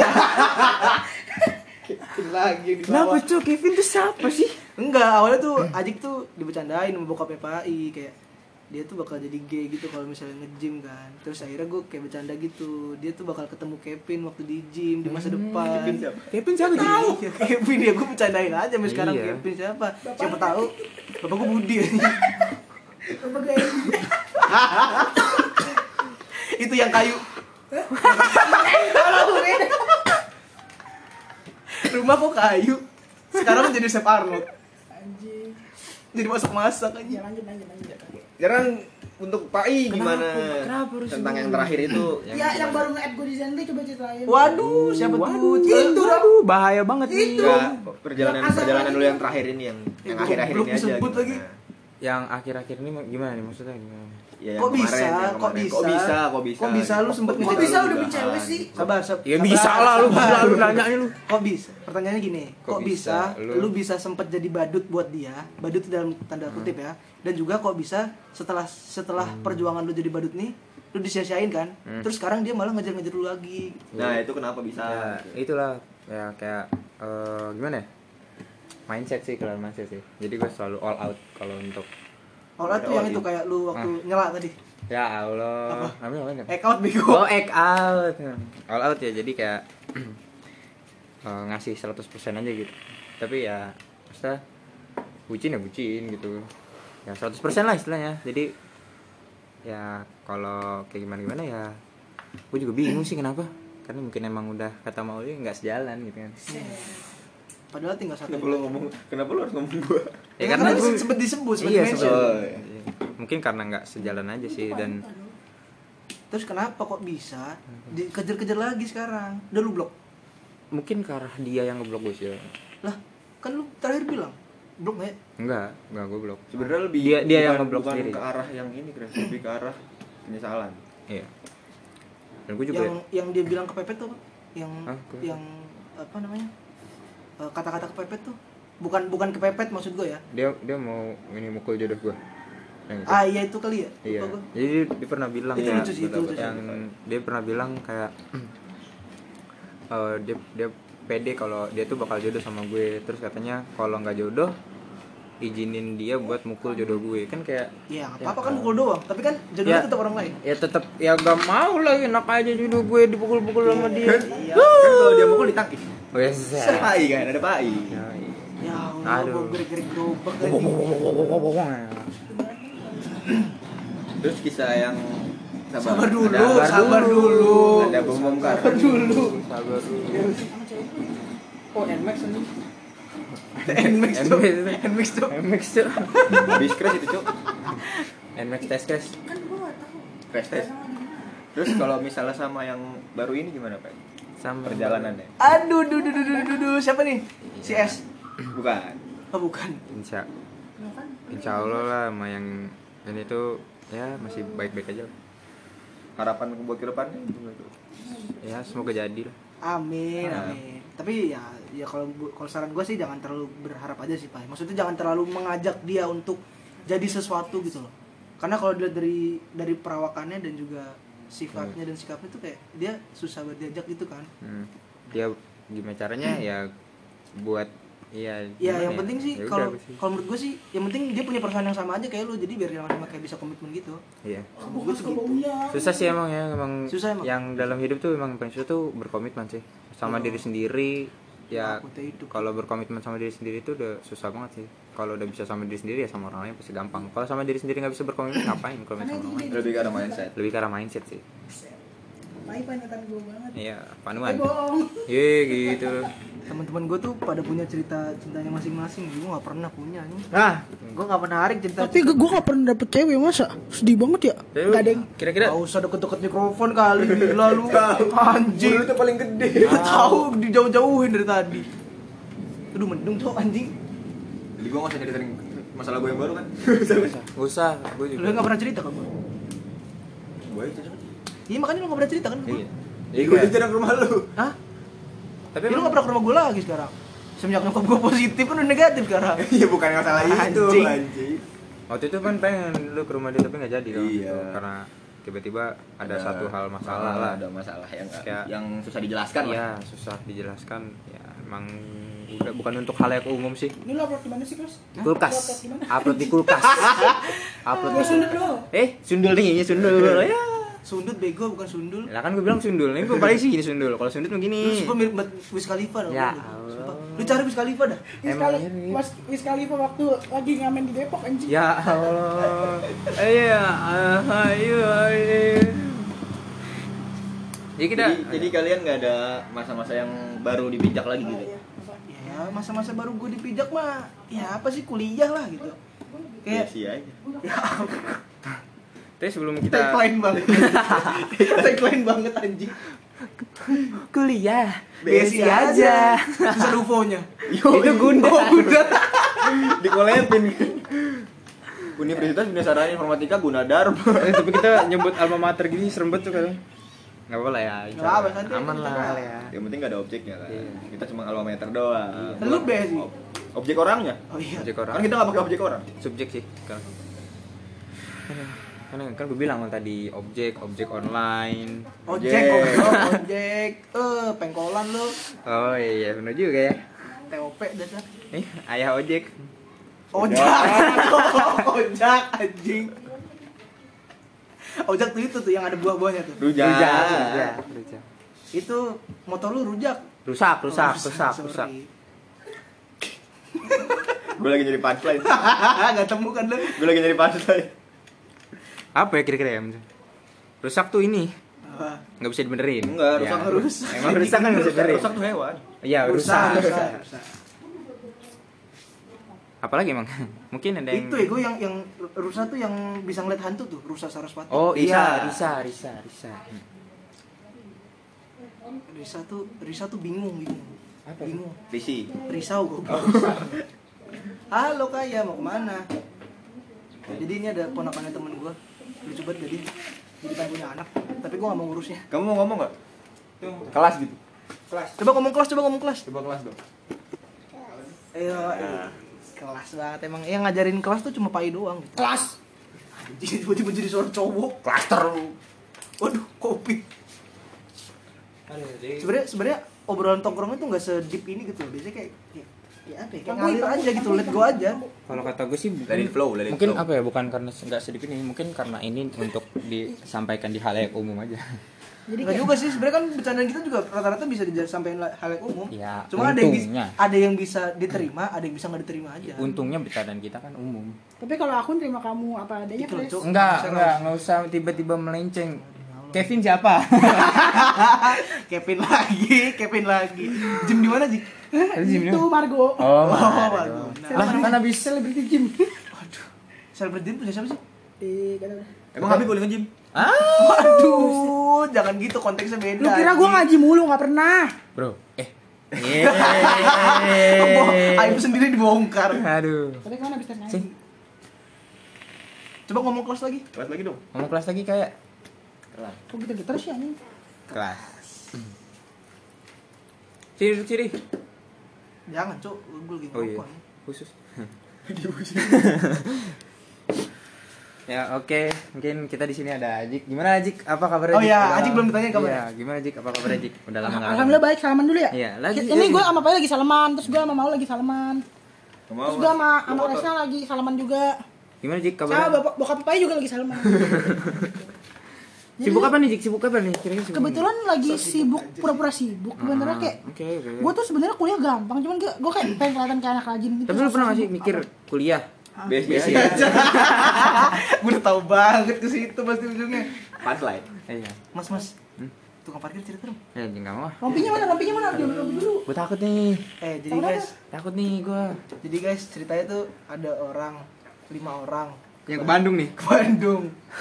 Speaker 1: Lagi di
Speaker 3: Kenapa
Speaker 1: bawah.
Speaker 3: tuh Kevin tuh siapa sih?
Speaker 1: Enggak, awalnya tuh Ajik tuh dibercandain sama bokapnya Pak I kayak dia tuh bakal jadi gay gitu kalau misalnya nge-gym kan. Terus akhirnya gue kayak bercanda gitu. Dia tuh bakal ketemu Kevin waktu di gym di masa depan.
Speaker 4: Kevin siapa?
Speaker 3: Kevin siapa jadi?
Speaker 1: Iya, Kevin ya gue bercandain aja sampai sekarang
Speaker 3: Iya.
Speaker 1: Kevin siapa? Siapa tahu bapak gue Budi.
Speaker 2: Berbagai
Speaker 1: Itu yang kayu. Rumah kok kayu. Sekarang jadi Chef Arnold.
Speaker 2: anjing.
Speaker 1: Jadi masak-masak aja.
Speaker 2: Ya, lanjut.
Speaker 4: sekarang untuk Pak I gimana?
Speaker 3: Kenapa harus
Speaker 4: Tentang yang terakhir itu.
Speaker 2: Ya, yang baru nge-add gue di Zenly coba ceritain.
Speaker 1: Waduh, siapa tuh?
Speaker 2: Itu dong.
Speaker 3: Waduh, bahaya banget nih.
Speaker 4: Enggak, perjalanan
Speaker 2: Yang asal
Speaker 4: perjalanan
Speaker 2: lagi.
Speaker 4: dulu yang terakhir ini yang akhir-akhir
Speaker 1: belum
Speaker 4: ini aja.
Speaker 1: disebut
Speaker 4: gimana?
Speaker 1: lagi.
Speaker 3: Yang akhir-akhir ini gimana nih maksudnya gimana?
Speaker 4: Ya, yang
Speaker 1: Kok bisa?
Speaker 4: kemarin, yang
Speaker 1: Kok
Speaker 4: kemarin.
Speaker 1: bisa?
Speaker 4: Kok bisa?
Speaker 1: Lu sempet
Speaker 2: Kok bisa udah punya cewek sih?
Speaker 1: Sabar.
Speaker 3: Ya bisa lah lu selalu nanyanya lu.
Speaker 1: Kok bisa? Pertanyaannya gini, kok,
Speaker 3: Kok
Speaker 1: bisa,
Speaker 3: bisa?
Speaker 1: lu bisa sempet jadi badut buat dia, badut dalam tanda kutip ya, dan juga kok bisa setelah perjuangan lu jadi badut nih, lu disia-siain kan, terus sekarang dia malah ngejar-ngejar lu lagi.
Speaker 4: Nah, itu kenapa bisa?
Speaker 3: Ya, itulah ya kayak gimana ya? Mindset sih kalau mindset sih. Jadi gue selalu all out kalau untuk
Speaker 1: Orang tuh yang itu kayak lu waktu nyela tadi,
Speaker 3: ya Allah. Apa?
Speaker 1: out bego.
Speaker 3: Oh, act out. All out ya. Jadi kayak ngasih 100% aja gitu. Tapi ya maksudnya bucin ya bucin gitu. Ya 100% lah istilahnya. Jadi ya kalau kayak gimana ya gue juga bingung sih kenapa. Karena mungkin emang udah kata Mauli nggak sejalan gitu kan.
Speaker 1: Padahal tinggal satu.
Speaker 4: Kenapa lu harus ngomong gua?
Speaker 3: Ya
Speaker 1: Karena
Speaker 3: karena gue
Speaker 1: sempet disebut, sempet
Speaker 3: iya,
Speaker 1: mention.
Speaker 3: sempet. Mungkin karena nggak sejalan aja sih dan
Speaker 1: Terus kenapa kok bisa dikejar-kejar lagi sekarang? Udah lu blok.
Speaker 3: mungkin ke arah dia yang ngeblok gue sih.
Speaker 1: Lah, kan lu terakhir bilang blok nggak ya?
Speaker 3: Enggak gue blok.
Speaker 4: Sebenarnya lebih
Speaker 3: Dia yang
Speaker 4: bukan-
Speaker 3: ngeblok
Speaker 4: bukan
Speaker 3: sendiri.
Speaker 4: ke arah yang ini, Chris. Lebih ke arah penyesalan.
Speaker 3: Iya. Dan gue juga
Speaker 1: Yang dia bilang kepepet tuh apa? Yang
Speaker 3: Hah?
Speaker 1: yang apa namanya? Kata-kata kepepet tuh bukan kepepet maksud gue ya.
Speaker 3: dia mau ini mukul jodoh gue. Yang itu.
Speaker 1: Iya itu kali ya.
Speaker 3: Iya.
Speaker 1: Lupa gua.
Speaker 3: Jadi dia pernah bilang
Speaker 1: Itu
Speaker 3: kayak
Speaker 1: lucu sih, itu lucu sih.
Speaker 3: yang dia pernah bilang kayak dia pede kalau dia tuh bakal jodoh sama gue. Terus katanya kalau nggak jodoh izinin dia buat mukul jodoh gue. Kan kayak
Speaker 1: Iya, nggak apa-apa kan pukul doang, tapi kan jodohnya
Speaker 3: Ya.
Speaker 1: tetap orang lain.
Speaker 3: ya tetap ya gak mau lah, enak aja jodoh gue dipukul-pukul sama dia.
Speaker 1: Iya. Kan kalau dia mukul ditangkis.
Speaker 3: Wes.
Speaker 4: Pai kan, ada pai.
Speaker 1: Ya Allah,
Speaker 3: Aduh.
Speaker 1: gua gerik-gerik gerobak anjing.
Speaker 4: Terus kisah yang
Speaker 1: Sabar dulu,
Speaker 3: Sabar
Speaker 1: sabar dulu.
Speaker 4: Ada bom bongkar.
Speaker 1: Sabar dulu.
Speaker 3: Sabar dulu.
Speaker 2: Oh, Nmax ini.
Speaker 1: Nmax tuh.
Speaker 3: Nmax.
Speaker 1: Nmax tuh.
Speaker 3: MX tuh.
Speaker 4: Bis crash itu, Cuk.
Speaker 3: NMAX tes.
Speaker 2: Kan gua enggak tahu.
Speaker 4: Crash test. Terus kalau misalnya sama yang baru ini gimana, Pak?
Speaker 3: Sama
Speaker 4: Perjalanannya?
Speaker 1: Aduh, duh, siapa nih? Si S.
Speaker 4: Bukan.
Speaker 1: Oh, bukan.
Speaker 3: Insya Allah lah sama yang ini tuh ya masih baik-baik aja.
Speaker 4: Harapan buat ke depannya gimana tuh?
Speaker 3: Ya semoga jadi lah.
Speaker 1: Amin, amin. Tapi ya kalau saran gue sih jangan terlalu berharap aja sih, Pak. Maksudnya jangan terlalu mengajak dia untuk jadi sesuatu gitu loh. Karena kalau dilihat dari perawakannya dan juga sifatnya dan sikapnya tuh kayak dia susah buat diajak gitu kan.
Speaker 3: Ya gimana caranya ya buat
Speaker 1: Ya
Speaker 3: gimana
Speaker 1: yang penting sih
Speaker 3: Ya
Speaker 1: kalau
Speaker 3: udah sih.
Speaker 1: menurut gue sih yang penting dia punya perasaan yang sama aja kayak lu, jadi biar sama-sama kayak bisa komitmen gitu.
Speaker 3: Iya.
Speaker 2: Gua suka baunya.
Speaker 3: Susah sih emang ya, emang
Speaker 1: Susah emang.
Speaker 3: yang dalam hidup tuh emang paling susah tuh berkomitmen sih sama diri sendiri. Ya
Speaker 1: Aku teh itu.
Speaker 3: kalau berkomitmen sama diri sendiri itu udah susah banget sih. Kalau udah bisa sama diri sendiri ya sama orang lain pasti gampang. Kalau sama diri sendiri nggak bisa berkomitmen ngapain komitmen sama orang lain?
Speaker 4: Lebih ke arah mindset.
Speaker 3: Lebih ke arah mindset sih.
Speaker 2: Pai panutan gua banget.
Speaker 3: Iya, panuan.
Speaker 2: Bohong.
Speaker 3: Gitu.
Speaker 1: Teman-teman gue tuh pada punya cerita cintanya masing-masing, gue nggak pernah punya nih.
Speaker 3: Nah,
Speaker 1: Gue nggak menarik cerita.
Speaker 2: Tapi gua gak pernah dapet cewek, masa? Sedih banget ya. Gak ada yang
Speaker 3: kira-kira
Speaker 1: Gak usah deket-deket mikrofon kali, gila lu. Anjing.
Speaker 4: Itu paling gede.
Speaker 1: Tahu dijauh-jauhin dari tadi. Aduh mendung cowok anjing.
Speaker 4: Jadi gua enggak usah ceritain masalah gua yang baru kan.
Speaker 3: Gak usah, gue
Speaker 1: Lu
Speaker 3: juga.
Speaker 1: nggak pernah cerita kan? Gua?
Speaker 4: Gua itu.
Speaker 1: Iya makanya lu nggak pernah cerita kan?
Speaker 3: Iya.
Speaker 4: Gua cerita ke rumah lu.
Speaker 1: Hah?
Speaker 3: Tapi
Speaker 1: Ya, lu
Speaker 3: emang
Speaker 1: nggak pernah ke rumah gue lagi sekarang. Semenjak nyokap gue positif kan udah negatif sekarang.
Speaker 4: Iya, bukan masalah itu,
Speaker 1: Anjing.
Speaker 4: anjing.
Speaker 3: waktu itu kan pengen lu ke rumah dia tapi nggak jadi kan.
Speaker 4: Iya.
Speaker 3: Karena tiba-tiba ada satu hal masalah lah.
Speaker 4: Ada masalah yang
Speaker 3: Kayak-
Speaker 4: yang susah dijelaskan lah.
Speaker 3: Iya, susah dijelaskan. Ya emang udah bukan untuk hal yang umum sih.
Speaker 2: Ini lu upload di mana sih, Kos?
Speaker 3: Kulkas.
Speaker 2: Upload di mana?
Speaker 3: Upload di kulkas. Upload di
Speaker 2: Gua sundut dong.
Speaker 3: sundul nih, sundul. Ya.
Speaker 1: Sundut bego bukan sundul.
Speaker 3: Lah kan gue bilang sundul. Ini gue balik sih gini sundul. Kalau sundut begini.
Speaker 1: Terus gue mirip banget Wiz Khalifa dong.
Speaker 3: Ya
Speaker 1: Sumpah.
Speaker 3: Allah.
Speaker 1: Lu cari Wiz Khalifa dah.
Speaker 3: Emang mirip.
Speaker 2: Wiz Khalifa waktu lagi ngamen di Depok anjing.
Speaker 3: Ya Allah. Iya, ayo. Jadi kita
Speaker 4: Jadi kalian nggak ada masa-masa yang baru dipijak lagi gitu.
Speaker 1: Ya masa-masa baru gue dipijak mah ya apa sih, kuliah lah gitu.
Speaker 4: Iya
Speaker 1: Kayak
Speaker 4: sih aja.
Speaker 3: Tapi sebelum kita
Speaker 1: tagline banget. Tagline banget anjing.
Speaker 3: kuliah
Speaker 1: Besi aja. Terus ada UFO-nya.
Speaker 3: itu Gunda.
Speaker 1: Oh, udah.
Speaker 4: Dikoletin. Universitas Bina Sarana Informatika Gunadarma.
Speaker 3: Tapi kita nyebut alma mater gini serem banget tuh kan. Enggak apa lah ya.
Speaker 1: Nggak apa, santai aja
Speaker 3: Aman
Speaker 1: kita
Speaker 3: lah
Speaker 1: kan.
Speaker 3: ya.
Speaker 4: Yang penting nggak ada objeknya kan.
Speaker 3: Iya.
Speaker 4: Kita cuma alma meter doang.
Speaker 1: Lu B sih.
Speaker 4: Objek orangnya.
Speaker 1: Oh iya.
Speaker 3: Objek orang.
Speaker 4: Kan kita nggak pakai objek orang.
Speaker 3: Subjek sih kan. Kan gue bilang tadi objek online.
Speaker 1: Ojek, ojek. Pengkolan lu.
Speaker 3: Oh iya benar juga ya.
Speaker 1: TOP dasar.
Speaker 3: Ayah ojek.
Speaker 1: Ojak. Ojak anjing. Ojak tuh itu tuh yang ada buah-buahnya tuh.
Speaker 4: Rujak.
Speaker 3: Rujak.
Speaker 1: Itu motor lu rujak.
Speaker 3: Rusak.
Speaker 1: Sorry.
Speaker 4: Gue lagi nyari punchline.
Speaker 1: Gak temu kan lu.
Speaker 4: Gue lagi nyari punchline.
Speaker 3: Apa ya kira-kira ya? Rusak tuh ini.
Speaker 1: Apa?
Speaker 3: Nggak bisa dibenerin.
Speaker 4: Enggak, rusak
Speaker 3: Ya.
Speaker 4: harus.
Speaker 3: Emang rusak kan nggak bisa dibenerin.
Speaker 4: Rusak tuh hewan.
Speaker 3: Iya rusak.
Speaker 1: Rusak.
Speaker 3: Apalagi emang? Mungkin ada yang.
Speaker 1: Itu ya gue yang rusak tuh yang bisa ngeliat hantu tuh, rusak Saraswati.
Speaker 3: Oh iya,
Speaker 4: Risa.
Speaker 3: Risa.
Speaker 1: Risa tuh bingung.
Speaker 3: Apa?
Speaker 1: Bingung.
Speaker 4: Risi.
Speaker 1: Risau gue. Halo Kaya, mau kemana? Jadi ini ada ponakannya temen gue. Lucu banget jadi pengen punya anak, tapi gue gak mau ngurusnya.
Speaker 4: Kamu mau ngomong nggak? Kelas gitu.
Speaker 1: Coba ngomong kelas.
Speaker 4: Coba kelas dong.
Speaker 1: Ayo, kelas banget emang. Yang ngajarin kelas tuh cuma Pai doang gitu.
Speaker 2: Kelas.
Speaker 1: Tiba-tiba jadi suara cowok.
Speaker 3: Klaster lu.
Speaker 1: Waduh, kopi. Sebenarnya obrolan tongkrong itu nggak sedip ini gitu. Biasanya kayak apa ya? Kayak ngalir aja gitu, let go aja.
Speaker 3: Kalau kata gue sih
Speaker 4: Let it flow, let it
Speaker 3: mungkin
Speaker 4: flow.
Speaker 3: apa ya, bukan karena nggak sedikit ini, mungkin karena ini untuk disampaikan di halayak umum aja.
Speaker 2: Jadi
Speaker 1: Enggak
Speaker 2: kayak
Speaker 1: juga sih, sebenarnya kan bercandaan kita juga rata-rata bisa disampaikan halayak umum.
Speaker 3: Ya,
Speaker 1: Cuma
Speaker 3: untungnya.
Speaker 1: ada yang bisa diterima, ada yang bisa nggak diterima aja.
Speaker 3: Untungnya bercandaan kita kan umum.
Speaker 2: tapi kalau aku terima kamu apa adanya
Speaker 1: Itu,
Speaker 2: Pres.
Speaker 1: Cuk.
Speaker 3: Enggak usah tiba-tiba melenceng. Kevin siapa?
Speaker 1: Kevin lagi. Jim di mana, Ji?
Speaker 2: Itu Margo.
Speaker 3: Oh,
Speaker 1: Margo.
Speaker 3: Lah, kan habis
Speaker 2: Celebrity Gym.
Speaker 1: Waduh. Celebrity punya siapa sih?
Speaker 2: Kata
Speaker 4: Emang Abi boleh nge-gym?
Speaker 1: Waduh, jangan gitu, konteksnya beda.
Speaker 2: lu kira gua ngaji mulu nggak pernah.
Speaker 3: Bro,
Speaker 1: Aib sendiri dibongkar.
Speaker 3: Aduh.
Speaker 2: Tapi kan habis tes ngaji.
Speaker 3: Sih.
Speaker 1: Coba ngomong kelas lagi.
Speaker 4: Kelas lagi dong.
Speaker 3: Ngomong kelas lagi kayak
Speaker 2: Kok gitu terus ya anjing?
Speaker 3: kelas. Ciri.
Speaker 1: Jangan, Cuk. Gue lagi
Speaker 3: Oh iya.
Speaker 1: ngomong.
Speaker 3: Khusus. Ya oke, mungkin kita di sini ada Ajik. Gimana Ajik? Apa kabarnya?
Speaker 1: Oh iya,
Speaker 3: Udah
Speaker 1: Ajik
Speaker 3: lama-
Speaker 1: belum ditanya kabarnya.
Speaker 3: Iya, gimana Ajik? Apa kabarnya Ajik? Udah lama nggak
Speaker 2: Alhamdulillah baik, salaman dulu ya.
Speaker 3: Iya, lagi.
Speaker 2: Ini gue sama Pai lagi salaman, terus gue sama Mau lagi salaman.
Speaker 4: Mau,
Speaker 2: Terus gue sama Resna lagi salaman juga.
Speaker 3: Gimana Jik
Speaker 2: Sama
Speaker 3: kabarnya?
Speaker 2: bokap Pai juga lagi salaman. Jadi,
Speaker 3: Sibuk apa nih Jik? Sibuk apa nih? Kira-kira sibuk
Speaker 2: kebetulan lagi sibuk, pura-pura sibuk. Sebenarnya kayak
Speaker 3: Oke.
Speaker 2: gue tuh sebenarnya kuliah gampang, cuman gue kayak pengen kelihatan kayak anak rajin gitu.
Speaker 3: Tapi lu pernah masih mikir kuliah?
Speaker 4: biasa
Speaker 1: aja. Gue udah tahu banget ke situ pasti ujungnya.
Speaker 4: punchline.
Speaker 3: Iya.
Speaker 1: Mas. Tukang parkir cerita dong.
Speaker 3: Ya, enggak mau.
Speaker 2: Rompinya mana? Jangan rompi dulu.
Speaker 3: Gue takut nih.
Speaker 1: Jadi guys,
Speaker 3: Takut nih gue.
Speaker 1: ceritanya tuh ada 5 orang
Speaker 3: Yang ke Bandung nih.
Speaker 1: ke Bandung.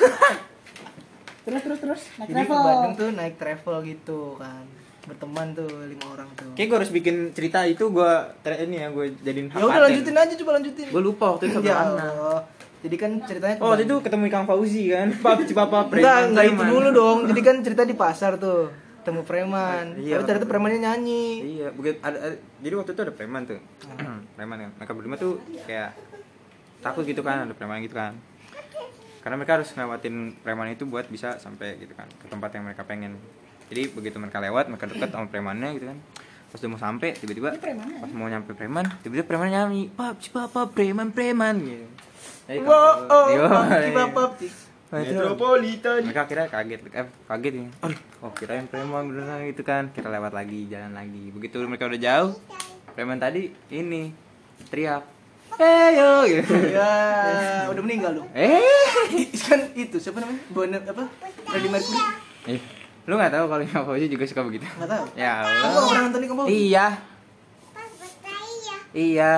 Speaker 2: Terus naik
Speaker 1: Jadi ke
Speaker 2: travel.
Speaker 1: Bandung tuh naik travel gitu kan. Berteman tuh 5 orang tuh.
Speaker 3: Kayak gue harus bikin cerita itu gue jadiin
Speaker 1: Ya udah lanjutin aja, coba lanjutin.
Speaker 3: Gue lupa waktu itu
Speaker 1: Ya
Speaker 3: sama mana.
Speaker 1: Allah. Jadi kan ceritanya ke
Speaker 3: Oh, waktu itu
Speaker 1: Bandung.
Speaker 3: ketemu Kang Fauzi kan. Papa
Speaker 1: Enggak itu dulu dong. Jadi kan cerita di pasar tuh. Ketemu preman.
Speaker 3: Iya.
Speaker 1: Tapi ternyata premannya nyanyi.
Speaker 3: Iya, begitu jadi waktu itu ada preman tuh. Preman ya. Mereka berlima tuh kayak takut gitu kan, ada preman gitu kan. Karena mereka harus ngelewatin preman itu buat bisa sampai gitu kan ke tempat yang mereka pengen. Jadi begitu mereka lewat, mereka deket sama premannya gitu kan. Pas udah mau sampai, tiba-tiba pas mau nyampe preman, tiba-tiba preman nyanyi, "Papa, preman" gitu. Jadi
Speaker 1: Bapak.
Speaker 4: Metropolitan.
Speaker 3: mereka akhirnya kaget nih. Aduh, kirain preman beneran gitu kan. Kita lewat lagi, jalan lagi. Begitu mereka udah jauh, preman tadi ini teriak, "Heyo!" gitu.
Speaker 1: Ya, udah meninggal dong. Kan itu siapa namanya? Bonner apa? Freddie Mercury.
Speaker 3: Lu nggak tahu kalau Kang Fauzi juga suka begitu?
Speaker 1: Enggak tahu.
Speaker 3: Ya
Speaker 1: Aku nggak
Speaker 3: Allah.
Speaker 1: pernah nonton di kampung.
Speaker 3: Iya.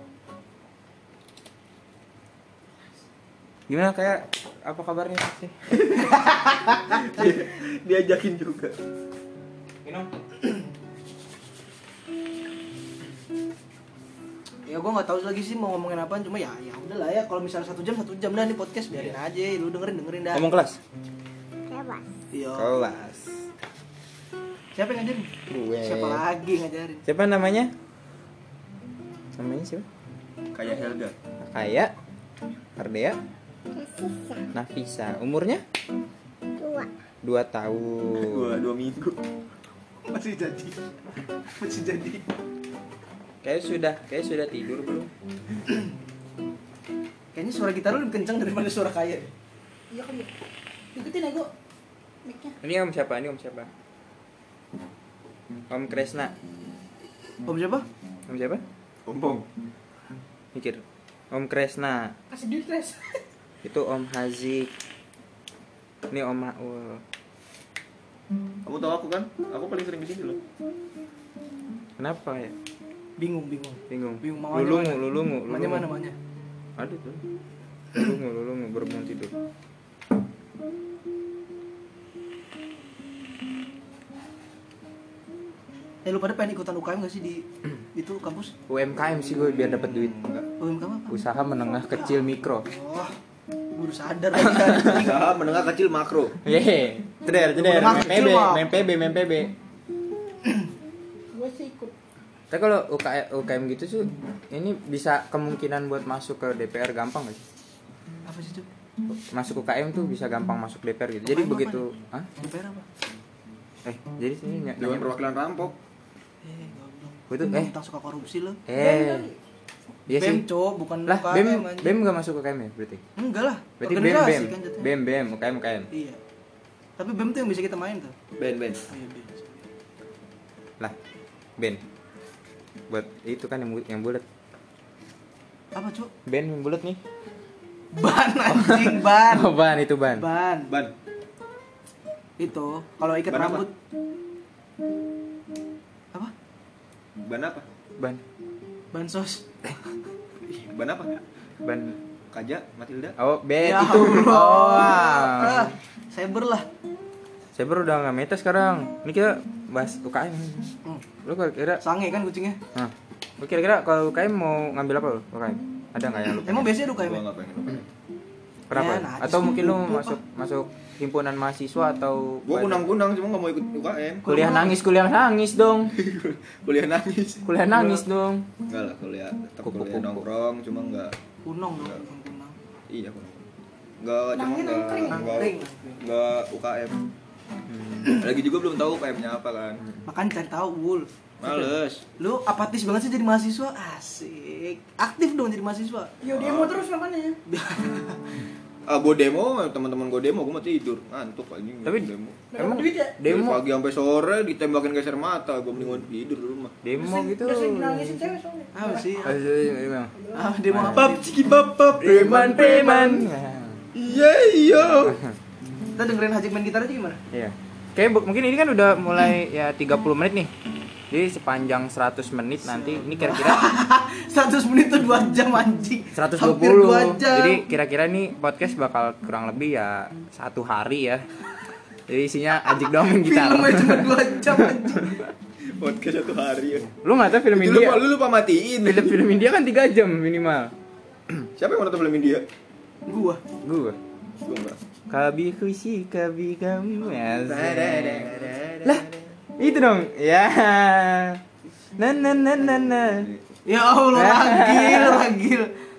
Speaker 3: Gimana kayak apa kabarnya sih?
Speaker 4: Diajakin juga.
Speaker 3: Minum.
Speaker 1: Ya gue nggak tahu lagi sih mau ngomongin apaan, cuma ya udahlah ya, kalau misalnya 1 jam dah nih podcast, biarin aja, lu dengerin dah.
Speaker 3: Ngomong kelas.
Speaker 1: Iya.
Speaker 3: Kelas.
Speaker 1: Siapa yang ngajarin?
Speaker 3: Gue.
Speaker 1: Siapa lagi yang ngajarin?
Speaker 3: Siapa namanya? Namanya siapa?
Speaker 4: Kayak Helga.
Speaker 3: Kayak Ardea Nafisa. Umurnya? 2 tahun.
Speaker 4: 2 minggu.
Speaker 1: Masih jadi.
Speaker 3: Kayak sudah tidur belum?
Speaker 1: Kayaknya suara gitar lu lebih kencang daripada suara Kaya.
Speaker 2: Iya kan ya. Ikutin ya gue mic-nya.
Speaker 3: Ini om siapa? Om Kresna.
Speaker 1: Om siapa?
Speaker 3: Om siapa?
Speaker 4: Ompong.
Speaker 3: Mikir. Om Kresna.
Speaker 2: Kasih duit Res.
Speaker 3: Itu Om Hazik. Ini Om Maul.
Speaker 4: Kamu tahu aku kan? Aku paling sering di sini loh.
Speaker 3: Kenapa ya?
Speaker 1: Bingung. Mamanya
Speaker 3: Lulungu.
Speaker 1: Mamanya mana?
Speaker 3: Aduh tuh. Lulungu baru bangun tidur.
Speaker 1: Lu pada pengen ikutan UKM gak sih di itu kampus?
Speaker 3: UMKM sih gue biar dapat duit.
Speaker 1: UKM apa?
Speaker 3: Usaha menengah kecil mikro.
Speaker 1: Wah, baru sadar lagi kan.
Speaker 4: Usaha menengah kecil makro.
Speaker 3: Yeay. Ceder.
Speaker 1: Menengah kecil, Mak.
Speaker 3: Main PB.
Speaker 2: Gue sih ikut.
Speaker 3: Tapi kalau UKM gitu tuh ini bisa kemungkinan buat masuk ke DPR gampang gak sih?
Speaker 1: Apa sih itu?
Speaker 3: masuk UKM tuh bisa gampang masuk DPR gitu. Jadi
Speaker 1: UKM
Speaker 3: begitu, hah?
Speaker 1: DPR apa?
Speaker 3: Jadi sini
Speaker 4: Dewan Perwakilan Rampok.
Speaker 1: Goblok.
Speaker 3: Itu
Speaker 1: Tentang suka korupsi lo.
Speaker 3: Iya
Speaker 1: BEM,
Speaker 3: sih.
Speaker 1: Cok, bukan
Speaker 3: Lah,
Speaker 1: UKM,
Speaker 3: BEM
Speaker 1: anjing.
Speaker 3: BEM enggak masuk UKM ya berarti?
Speaker 1: Enggak lah.
Speaker 3: Berarti
Speaker 1: organisasi
Speaker 3: BEM
Speaker 1: kan jatuhnya.
Speaker 3: BEM UKM.
Speaker 1: Iya. Tapi BEM tuh yang bisa kita main tuh.
Speaker 4: Ben.
Speaker 1: Oh, iya, BEM.
Speaker 3: Lah, Ben. Buat itu kan yang bulat.
Speaker 1: Apa, Cok?
Speaker 3: Ben yang bulat nih.
Speaker 1: Ban anjing, ban.
Speaker 3: Oh, ban itu ban.
Speaker 1: Ban. Itu kalau ikat
Speaker 4: Ban apa?
Speaker 1: rambut. Apa?
Speaker 4: Ban apa?
Speaker 1: Bansos.
Speaker 4: Ban apa?
Speaker 3: Ban.
Speaker 4: Kaja, Matilda.
Speaker 3: Oh, Ben
Speaker 1: Ya
Speaker 3: itu.
Speaker 1: Allah.
Speaker 3: Oh.
Speaker 1: Cyber lah.
Speaker 3: Saya baru udah nggak meta sekarang. Ini kita bahas UKM. Lu kira-kira,
Speaker 1: Sange kan kucingnya.
Speaker 3: nah, lu kira-kira kalau UKM mau ngambil apa lu? UKM? Ada nggak yang lu?
Speaker 1: Emang biasanya UKM?
Speaker 4: Gua enggak pengen.
Speaker 3: Kenapa?
Speaker 1: Ya, najis
Speaker 3: Atau
Speaker 1: tuh,
Speaker 3: mungkin lu
Speaker 1: kupu,
Speaker 3: masuk himpunan mahasiswa atau
Speaker 4: Gua kunang-kunang cuma enggak mau ikut UKM.
Speaker 3: kuliah nangis dong.
Speaker 4: Kuliah nangis.
Speaker 3: Kuliah nangis dong.
Speaker 4: Enggak lah, kuliah tetap
Speaker 3: Kupu-kupu.
Speaker 4: kuliah nongkrong cuma enggak.
Speaker 1: Kunong dong, bukan kunang.
Speaker 4: Iya, kunang. Enggak cuma
Speaker 1: Nangkring.
Speaker 4: enggak UKM. Lagi juga belum tahu UKM-nya apa kan.
Speaker 1: Makanya cari tahu, Wul.
Speaker 4: Males.
Speaker 1: Lu apatis banget sih jadi mahasiswa? Asik. Aktif dong jadi mahasiswa.
Speaker 2: Yo demo terus makanya.
Speaker 4: Gue demo, teman-teman gue demo, gue mau tidur, ngantuk anjing.
Speaker 3: Tapi
Speaker 4: demo.
Speaker 3: emang
Speaker 2: duit ya?
Speaker 4: Dari
Speaker 3: demo
Speaker 4: pagi sampai sore ditembakin geser mata, gue mendingan tidur di rumah.
Speaker 3: demo gitu.
Speaker 2: Udah sering nangisin cewek soalnya.
Speaker 1: Apa sih?
Speaker 3: Demo
Speaker 1: Demo apa?
Speaker 4: Bab ciki bab
Speaker 3: preman.
Speaker 4: Iya iya.
Speaker 1: Kita dengerin Haji main gitar aja gimana?
Speaker 3: Iya. Kayak mungkin ini kan udah mulai ya 30 menit nih. Jadi sepanjang 100 menit nanti ini kira-kira
Speaker 1: 100 menit tuh 2 jam anjing.
Speaker 3: 120.
Speaker 1: Hampir 2 jam.
Speaker 3: Jadi kira-kira nih podcast bakal kurang lebih ya 1 hari ya. Jadi isinya Ajik doang main gitar.
Speaker 1: Filmnya cuma 2 jam anjing.
Speaker 4: Podcast 1 hari ya.
Speaker 3: Lu enggak tahu film
Speaker 4: Itu
Speaker 3: India?
Speaker 4: lu lupa matiin.
Speaker 3: Film India kan 3 jam minimal.
Speaker 4: Siapa yang mau nonton film India?
Speaker 1: Gua.
Speaker 3: Gua.
Speaker 4: Gue enggak.
Speaker 3: Kabi khushi kabi kamu ya. Lah, itu dong. Ya. Na.
Speaker 1: Ya Allah, ragil.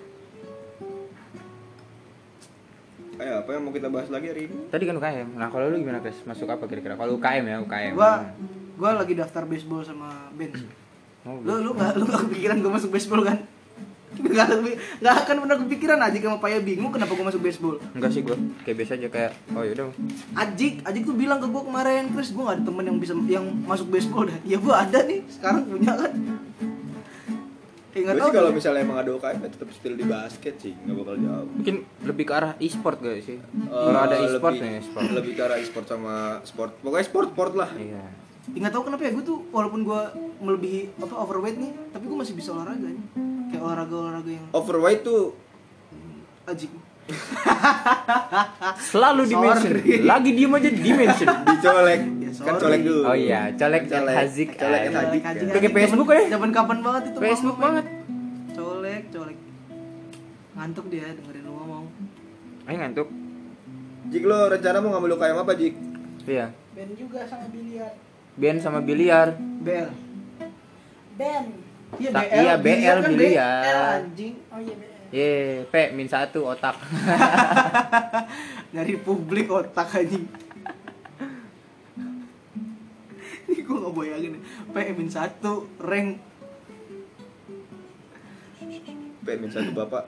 Speaker 4: Ayo, apa yang mau kita bahas lagi hari ini?
Speaker 3: Tadi kan UKM. Nah, kalau lu gimana, Kres? Masuk apa kira-kira? Kalau UKM ya, UKM.
Speaker 1: Gua lagi daftar baseball sama bench.
Speaker 3: Oh,
Speaker 1: Lu gak kepikiran gua masuk baseball kan? Gak akan pernah kepikiran Ajik sama Paya bingung kenapa gua masuk baseball.
Speaker 3: enggak sih gua. Kayak biasa aja kayak oh yaudah.
Speaker 1: Ajik tuh bilang ke gua kemarin, Chris, gua gak ada temen yang masuk baseball dah. Ya gua ada nih, sekarang punya kan.
Speaker 4: Gue sih kalau misalnya emang ada UKM ya tetap still di basket sih, nggak bakal jauh.
Speaker 3: Mungkin lebih ke arah e-sport gak sih? Kalau ada e-sport
Speaker 4: lebih-
Speaker 3: nih, e-sport.
Speaker 4: Lebih ke arah e-sport sama sport. Pokoknya sport lah.
Speaker 3: Iya.
Speaker 1: Nggak tahu kenapa ya gue tuh walaupun gue melebihi overweight nih, tapi gue masih bisa olahraga nih. Kayak olahraga yang
Speaker 4: Overweight tuh
Speaker 1: Ajik.
Speaker 3: Selalu dimention.
Speaker 1: Sorry.
Speaker 3: Lagi diem aja dimension.
Speaker 4: dicolek.
Speaker 1: Ya,
Speaker 4: Kan
Speaker 1: sorry.
Speaker 4: colek dulu.
Speaker 3: Oh iya, colek Hazik.
Speaker 4: Colek
Speaker 3: Ah,
Speaker 4: Hazik.
Speaker 3: Pakai Facebook ya?
Speaker 1: Zaman kapan banget itu?
Speaker 3: Facebook
Speaker 1: ngomong,
Speaker 3: banget.
Speaker 1: men. Colek. Ngantuk dia dengerin lu ngomong.
Speaker 3: Ayo ngantuk.
Speaker 4: Jik, lo rencana mau ngambil UKM apa, Jik?
Speaker 3: Iya.
Speaker 2: Band juga sama biliar.
Speaker 3: Band sama biliar.
Speaker 1: BL.
Speaker 2: Band.
Speaker 1: Iya
Speaker 3: Iya, BL
Speaker 1: kan
Speaker 3: biliar.
Speaker 1: BL anjing.
Speaker 2: Oh iya BL.
Speaker 3: Ye, P min 1 otak.
Speaker 1: Dari publik otak anjing. Ini gue gak bayangin nih. PM1 rank.
Speaker 4: PM1 Bapak.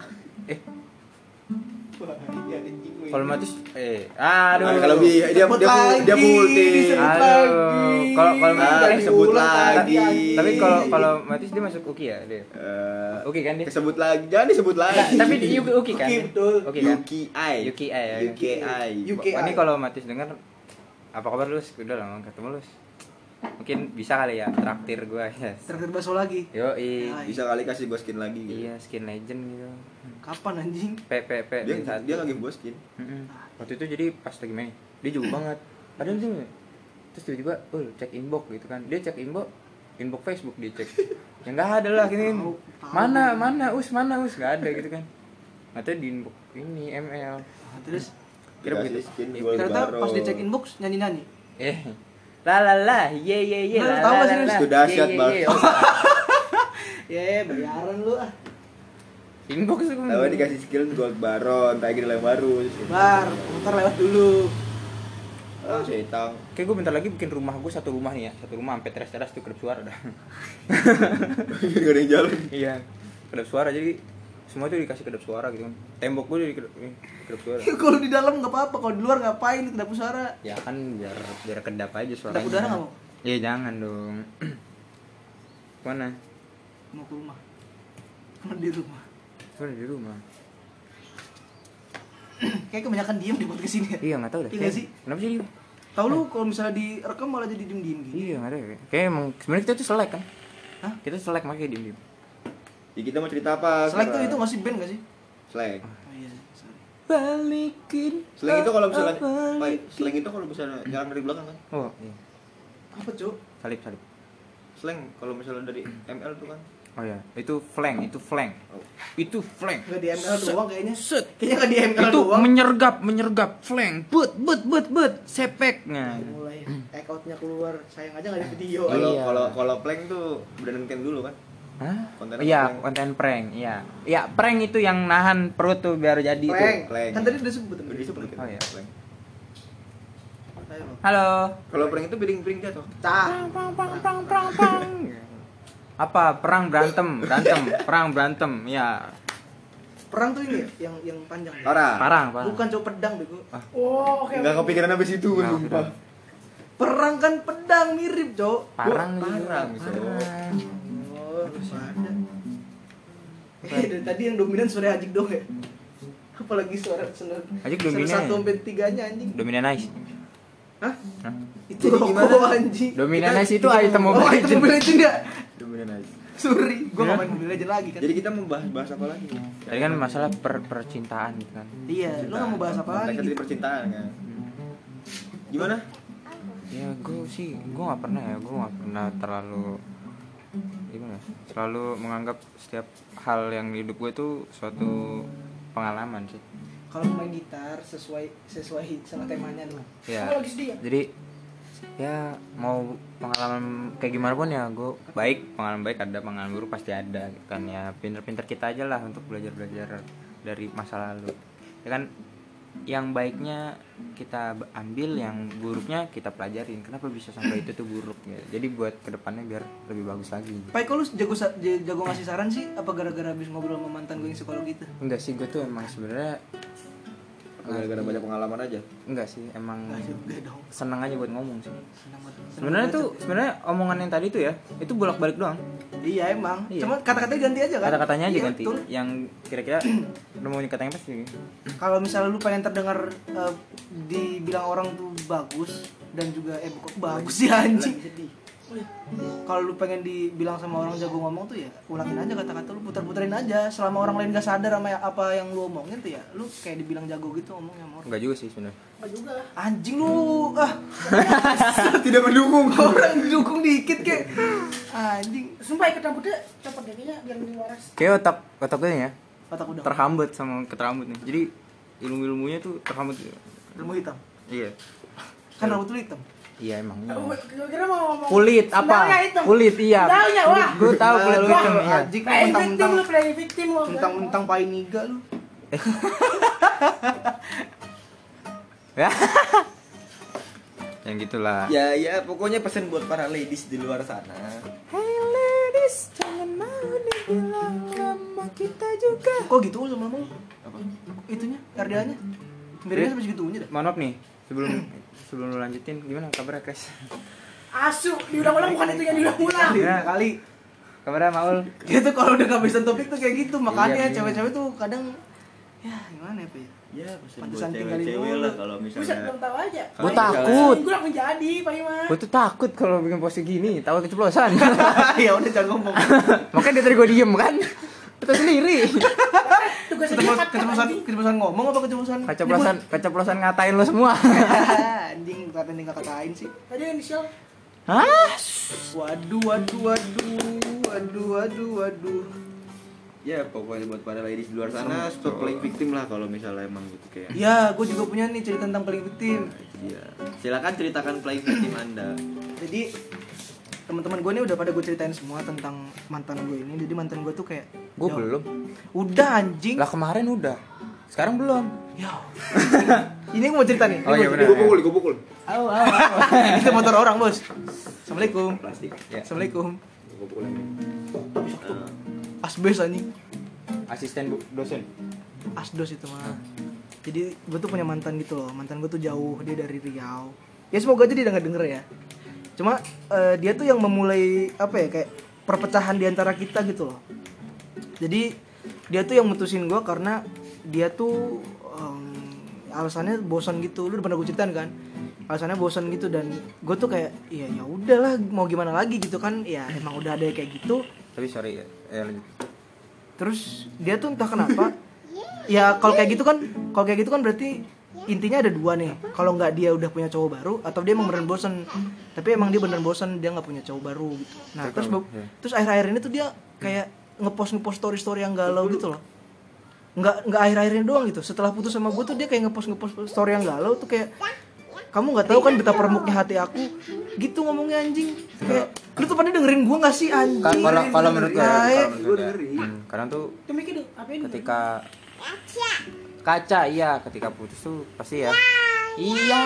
Speaker 1: Wah, iya anjing gue.
Speaker 3: Kalau Matis aduh.
Speaker 4: Nah, kalau dia
Speaker 1: Sebut lagi,
Speaker 4: dia multi.
Speaker 1: disebut
Speaker 3: Aduh.
Speaker 1: lagi.
Speaker 3: Kalau Matis
Speaker 4: Sebut lagi.
Speaker 3: Tapi kalau Matis dia masuk UKI ya dia. UKI kan dia?
Speaker 4: Kesebut lagi. Jangan disebut lagi.
Speaker 3: Tapi di UKI kan?
Speaker 1: UKI, betul.
Speaker 3: UKI kan?
Speaker 4: UKI.
Speaker 3: UKI ya.
Speaker 4: UKI.
Speaker 1: UKI.
Speaker 3: Ini kalau Matis dengar apa kabar Lus? Udah lama ketemu Lus. Mungkin bisa kali ya traktir gua ya.
Speaker 1: Terakhir bakso lagi.
Speaker 3: Yo,
Speaker 4: Bisa kali kasih gue skin lagi gitu.
Speaker 3: iya skin legend gitu.
Speaker 1: Kapan anjing?
Speaker 4: Dia
Speaker 3: min satu.
Speaker 4: lagi gue skin.
Speaker 3: Waktu itu jadi pas lagi main dia jauh banget. Padahal dia terus tiba-tiba cek inbox gitu kan. Dia cek inbox Facebook dia cek. Ya enggak ada lah gini. Mana us enggak ada gitu kan. Atau di inbox ini ML.
Speaker 1: Terus
Speaker 3: Kira
Speaker 4: Dikasih
Speaker 3: begitu.
Speaker 4: skin
Speaker 3: Iya,
Speaker 4: gol
Speaker 1: ternyata
Speaker 4: baru.
Speaker 1: pas dicek inbox nyanyi-nyanyi.
Speaker 3: La ye
Speaker 1: Nah, tahu nggak sih,
Speaker 4: itu dahsyat, Bang.
Speaker 1: Ya, bayaran lu ah.
Speaker 3: Inbox tuh.
Speaker 4: Tahu dikasih skill gold baron, kayak gini yang baru.
Speaker 1: Bar, motor lewat dulu.
Speaker 4: Oh, setang.
Speaker 3: Kayak gue bentar lagi bikin rumah gue satu rumah nih ya, satu rumah sampai teras-teras tuh kedap suara dah.
Speaker 4: Gak ada yang jalan.
Speaker 3: Iya, kedap suara jadi semua tuh dikasih kedap suara gitu kan. Tembok gue jadi kedap suara.
Speaker 1: Kalau di dalam nggak apa-apa, kalau di luar ngapain kedap suara?
Speaker 3: Ya kan biar kedap aja suaranya.
Speaker 1: Kedap udara nggak mau?
Speaker 3: Iya jangan dong. Mana?
Speaker 1: Mau ke rumah. Mau di rumah.
Speaker 3: Mana di rumah?
Speaker 1: Kayak kebanyakan diem di podcast ini ya.
Speaker 3: Iya nggak tahu deh.
Speaker 1: Iya nggak sih?
Speaker 3: Kenapa sih dia?
Speaker 1: Tahu lu kalau misalnya direkam malah jadi diem-diem gitu.
Speaker 3: Iya nggak ada. Kayak emang sebenarnya kita tuh selek kan?
Speaker 1: Hah?
Speaker 3: Kita selek makanya diem-diem.
Speaker 4: Ya kita mau cerita apa?
Speaker 1: Selek tuh
Speaker 4: sekarang?
Speaker 1: itu nggak sih band nggak sih?
Speaker 4: Selek.
Speaker 1: Oh iya, sorry.
Speaker 3: Balikin.
Speaker 4: Seleng itu kalau misalnya seleng itu kalau misalnya nyerang dari belakang kan?
Speaker 3: Oh iya.
Speaker 1: Apa, Cuk?
Speaker 3: Salib.
Speaker 4: Seleng kalau misalnya dari ML tuh kan.
Speaker 3: Oh ya, itu flank.
Speaker 4: Oh.
Speaker 3: Itu flank.
Speaker 1: Nggak di ML doang kayaknya.
Speaker 3: Set.
Speaker 1: Kayaknya nggak di ML
Speaker 3: Itu
Speaker 1: doang.
Speaker 3: menyergap, flank. But, sepek. Nah.
Speaker 1: Mulai account-nya keluar, sayang aja nggak ada video.
Speaker 4: Kalau
Speaker 3: Iya.
Speaker 4: kalau plank tuh branding tim dulu kan.
Speaker 3: Hah?
Speaker 4: Konten
Speaker 3: Iya,
Speaker 4: prank.
Speaker 3: konten prank, iya. Iya, prank itu yang nahan perut tuh biar jadi
Speaker 1: Plank.
Speaker 3: tuh.
Speaker 4: Plank.
Speaker 1: Kan tadi udah sebut
Speaker 4: Udah
Speaker 1: tadi.
Speaker 4: disebut
Speaker 3: Oh, iya.
Speaker 4: plank.
Speaker 1: Ayo.
Speaker 3: Halo.
Speaker 4: Kalau prank itu piring jatuh.
Speaker 1: Cah.
Speaker 3: Prang. Apa? Perang berantem, ya.
Speaker 1: Perang tuh ini ya, yang panjang. Ya?
Speaker 4: Parah.
Speaker 3: Parang.
Speaker 1: Bukan cowok pedang bego.
Speaker 2: Oh, oke.
Speaker 4: Enggak kepikiran habis itu,
Speaker 3: Nggak
Speaker 4: sumpah.
Speaker 1: Perang kan pedang mirip, Cok.
Speaker 3: Parang
Speaker 4: Parang,
Speaker 3: juga.
Speaker 4: so.
Speaker 3: Parang.
Speaker 1: Oh, ada. Dari tadi yang dominan suara Ajik dong ya. Apalagi suara senar.
Speaker 3: Ajik dominan.
Speaker 1: 1 sampai 3-nya anjing.
Speaker 3: Dominan nice.
Speaker 1: Hah?
Speaker 3: Hah?
Speaker 1: Itu
Speaker 4: Jadi gimana?
Speaker 1: rokok anjing.
Speaker 3: Dominan
Speaker 4: Kita-
Speaker 3: nice itu
Speaker 4: kita
Speaker 3: item
Speaker 4: mau-
Speaker 1: Oh,
Speaker 3: Mobile
Speaker 1: itu
Speaker 3: Legends.
Speaker 1: Mobile Legends ya?
Speaker 4: Dominan aja.
Speaker 1: Sorry, gua
Speaker 3: Ya.
Speaker 1: nggak main Mobile Legends lagi kan.
Speaker 4: Jadi kita mau bahas apa lagi?
Speaker 3: Tadi kan masalah percintaan gitu kan.
Speaker 1: Iya, lu nggak mau bahas apa lagi?
Speaker 4: Konteksnya tadi percintaan kan. Gimana?
Speaker 3: Ya gue nggak pernah terlalu gimana ya, selalu menganggap setiap hal yang di hidup gue tuh suatu pengalaman sih
Speaker 1: Kalau main gitar sesuai sama temanya lu.
Speaker 3: ya.
Speaker 2: Kamu lagi sedih ya?
Speaker 3: Jadi ya mau pengalaman kayak gimana pun ya gue pengalaman baik ada, pengalaman buruk pasti ada gitu kan. Ya pinter-pinter kita aja lah untuk belajar dari masa lalu ya kan. Yang baiknya kita ambil, yang buruknya kita pelajarin. Kenapa bisa sampai itu tuh buruk ya. Jadi buat kedepannya biar lebih bagus lagi.
Speaker 1: Pai, kok lu jago ngasih saran sih? Apa gara-gara habis ngobrol sama mantan gue yang psikolog gitu?
Speaker 3: Enggak sih, gue tuh emang sebenarnya
Speaker 4: Gara-gara banyak pengalaman aja.
Speaker 3: enggak sih, emang
Speaker 1: Enggak juga dong.
Speaker 3: senang aja buat ngomong sih.
Speaker 1: Senang banget.
Speaker 3: Sebenarnya omongan yang tadi tuh ya, itu bolak-balik doang.
Speaker 1: Iya emang.
Speaker 3: Iya.
Speaker 1: Cuma kata-katanya ganti aja kan?
Speaker 3: Kata-katanya aja
Speaker 1: Iya,
Speaker 3: ganti.
Speaker 1: betul.
Speaker 3: Yang kira-kira lu mau katanya apa sih?
Speaker 1: Kalau misalnya lu pengen terdengar dibilang orang tuh bagus dan juga bukan bagus sih anjing. Kalau lu pengen dibilang sama orang jago ngomong tuh ya ulangin aja kata-kata lu, putar-puterin aja. Selama orang lain gak sadar sama apa yang lu omongin tuh ya lu kayak dibilang jago gitu ngomongnya sama orang.
Speaker 3: Enggak juga sih sebenarnya.
Speaker 2: Enggak juga.
Speaker 1: Anjing lu
Speaker 4: Tidak mendukung.
Speaker 1: orang didukung dikit kek. Anjing.
Speaker 2: Sumpah ikut rambutnya copot deh kayaknya biar lebih waras.
Speaker 3: Kayak otak gue nih ya
Speaker 1: Otak udah.
Speaker 3: terhambat sama keterambut nih. Jadi ilmu-ilmunya tuh terhambat.
Speaker 1: Ilmu hitam.
Speaker 3: Iya.
Speaker 1: Kan rambut lu hitam.
Speaker 3: Iya emang.
Speaker 2: Kira-kira mau ngomong
Speaker 3: Kulit apa?
Speaker 2: Sendalnya hitam.
Speaker 3: Kulit iya.
Speaker 2: Sendalnya, wah.
Speaker 3: Gue tahu kulit
Speaker 1: Lu
Speaker 3: hitam iya.
Speaker 1: Anjing lu
Speaker 2: Playing victim
Speaker 1: mentang-mentang
Speaker 2: lu, playing victim lu.
Speaker 1: mentang-mentang pai niga lu.
Speaker 3: Ya. Yang gitulah.
Speaker 4: Ya pokoknya pesan buat para ladies di luar sana.
Speaker 3: Hey ladies, jangan mau dibilang lama kita juga.
Speaker 1: Kok gitu sama lu?
Speaker 4: Apa?
Speaker 1: Itunya, RDA-nya. Miripnya sampai segitunya dah.
Speaker 3: Mohon maaf nih, sebelum lu lanjutin gimana kabarnya Kres?
Speaker 2: Asu, diulang-ulang bukan itu yang diulang-ulang.
Speaker 3: Iya.
Speaker 1: Kali
Speaker 3: Kabarnya Maul?
Speaker 1: gitu kalau udah kehabisan topik tuh kayak gitu. Makanya
Speaker 3: Iya.
Speaker 1: cewek-cewek tuh kadang ya gimana ya, Pak ya?
Speaker 4: Ya pesan buat
Speaker 1: Pantesan tinggalin
Speaker 4: cewek-cewek
Speaker 1: dulu.
Speaker 4: lah kalau
Speaker 2: Buset,
Speaker 4: misalnya.
Speaker 2: belum tahu aja.
Speaker 3: Gua takut.
Speaker 2: Gue langsung jadi, Pak Iman.
Speaker 3: Gue tuh takut kalau bikin post gini, tahu keceplosan.
Speaker 1: Ya udah jangan ngomong.
Speaker 3: Makanya dari gue diem kan. Itu sendiri.
Speaker 2: Tugasnya dia cut,
Speaker 1: Keceplosan ngomong apa keceplosan?
Speaker 3: Keceplosan ngatain lo semua.
Speaker 1: Anjing, kata tinggal katain sih.
Speaker 2: Tadi inisial.
Speaker 3: Hah?
Speaker 1: Waduh.
Speaker 4: Ya pokoknya buat para ladies di luar sana stop playing victim lah kalau misalnya emang gitu kayak.
Speaker 1: Ya, gue juga punya nih cerita tentang playing victim.
Speaker 4: Iya. Silakan ceritakan playing victim Anda.
Speaker 1: Jadi teman-teman gue ini udah pada gue ceritain semua tentang mantan gue ini. Jadi mantan gue tuh kayak
Speaker 3: Gue belum.
Speaker 1: Udah anjing.
Speaker 3: Lah kemarin udah. Sekarang belum.
Speaker 1: Ya. Ini gue mau cerita nih.
Speaker 3: Oh iya benar.
Speaker 4: Gue pukul.
Speaker 1: Aduh. Itu motor orang, Bos. Assalamualaikum.
Speaker 4: Plastik.
Speaker 3: Ya.
Speaker 1: Assalamualaikum.
Speaker 4: Gue pukul lagi.
Speaker 1: Asbes anjing.
Speaker 3: Asisten dosen.
Speaker 1: Asdos itu mah. Jadi gue tuh punya mantan gitu loh. Mantan gue tuh jauh, dia dari Riau. Ya semoga aja dia denger ya. Cuma dia tuh yang memulai apa ya, kayak perpecahan di antara kita gitu loh. Jadi dia tuh yang mutusin gue karena dia tuh alasannya bosan gitu. Lu udah pernah gue ceritain kan? Alasannya bosan gitu, dan gue tuh kayak ya udahlah, mau gimana lagi gitu kan. Ya emang udah ada kayak gitu.
Speaker 3: Tapi sorry ya lanjut.
Speaker 1: Terus dia tuh entah kenapa ya kalau kayak gitu kan berarti intinya ada dua nih. Kalau nggak dia udah punya cowok baru, atau dia emang beneran bosan. Tapi emang dia beneran bosan, dia nggak punya cowok baru gitu. Nah terus akhir-akhir ini tuh dia kayak ngepost story yang galau gitu loh. Nggak akhir-akhir ini doang gitu. Setelah putus sama gue tuh dia kayak ngepost story yang galau tuh, kayak kamu nggak tahu kan betapa remuknya hati aku gitu ngomongnya anjing. Kayak lu tuh pada dengerin gue nggak sih anjing?
Speaker 3: Kalau menurut gue karena tuh
Speaker 2: Itu mikir apa ini?
Speaker 3: ketika kaca iya, ketika putus tuh pasti ya iya.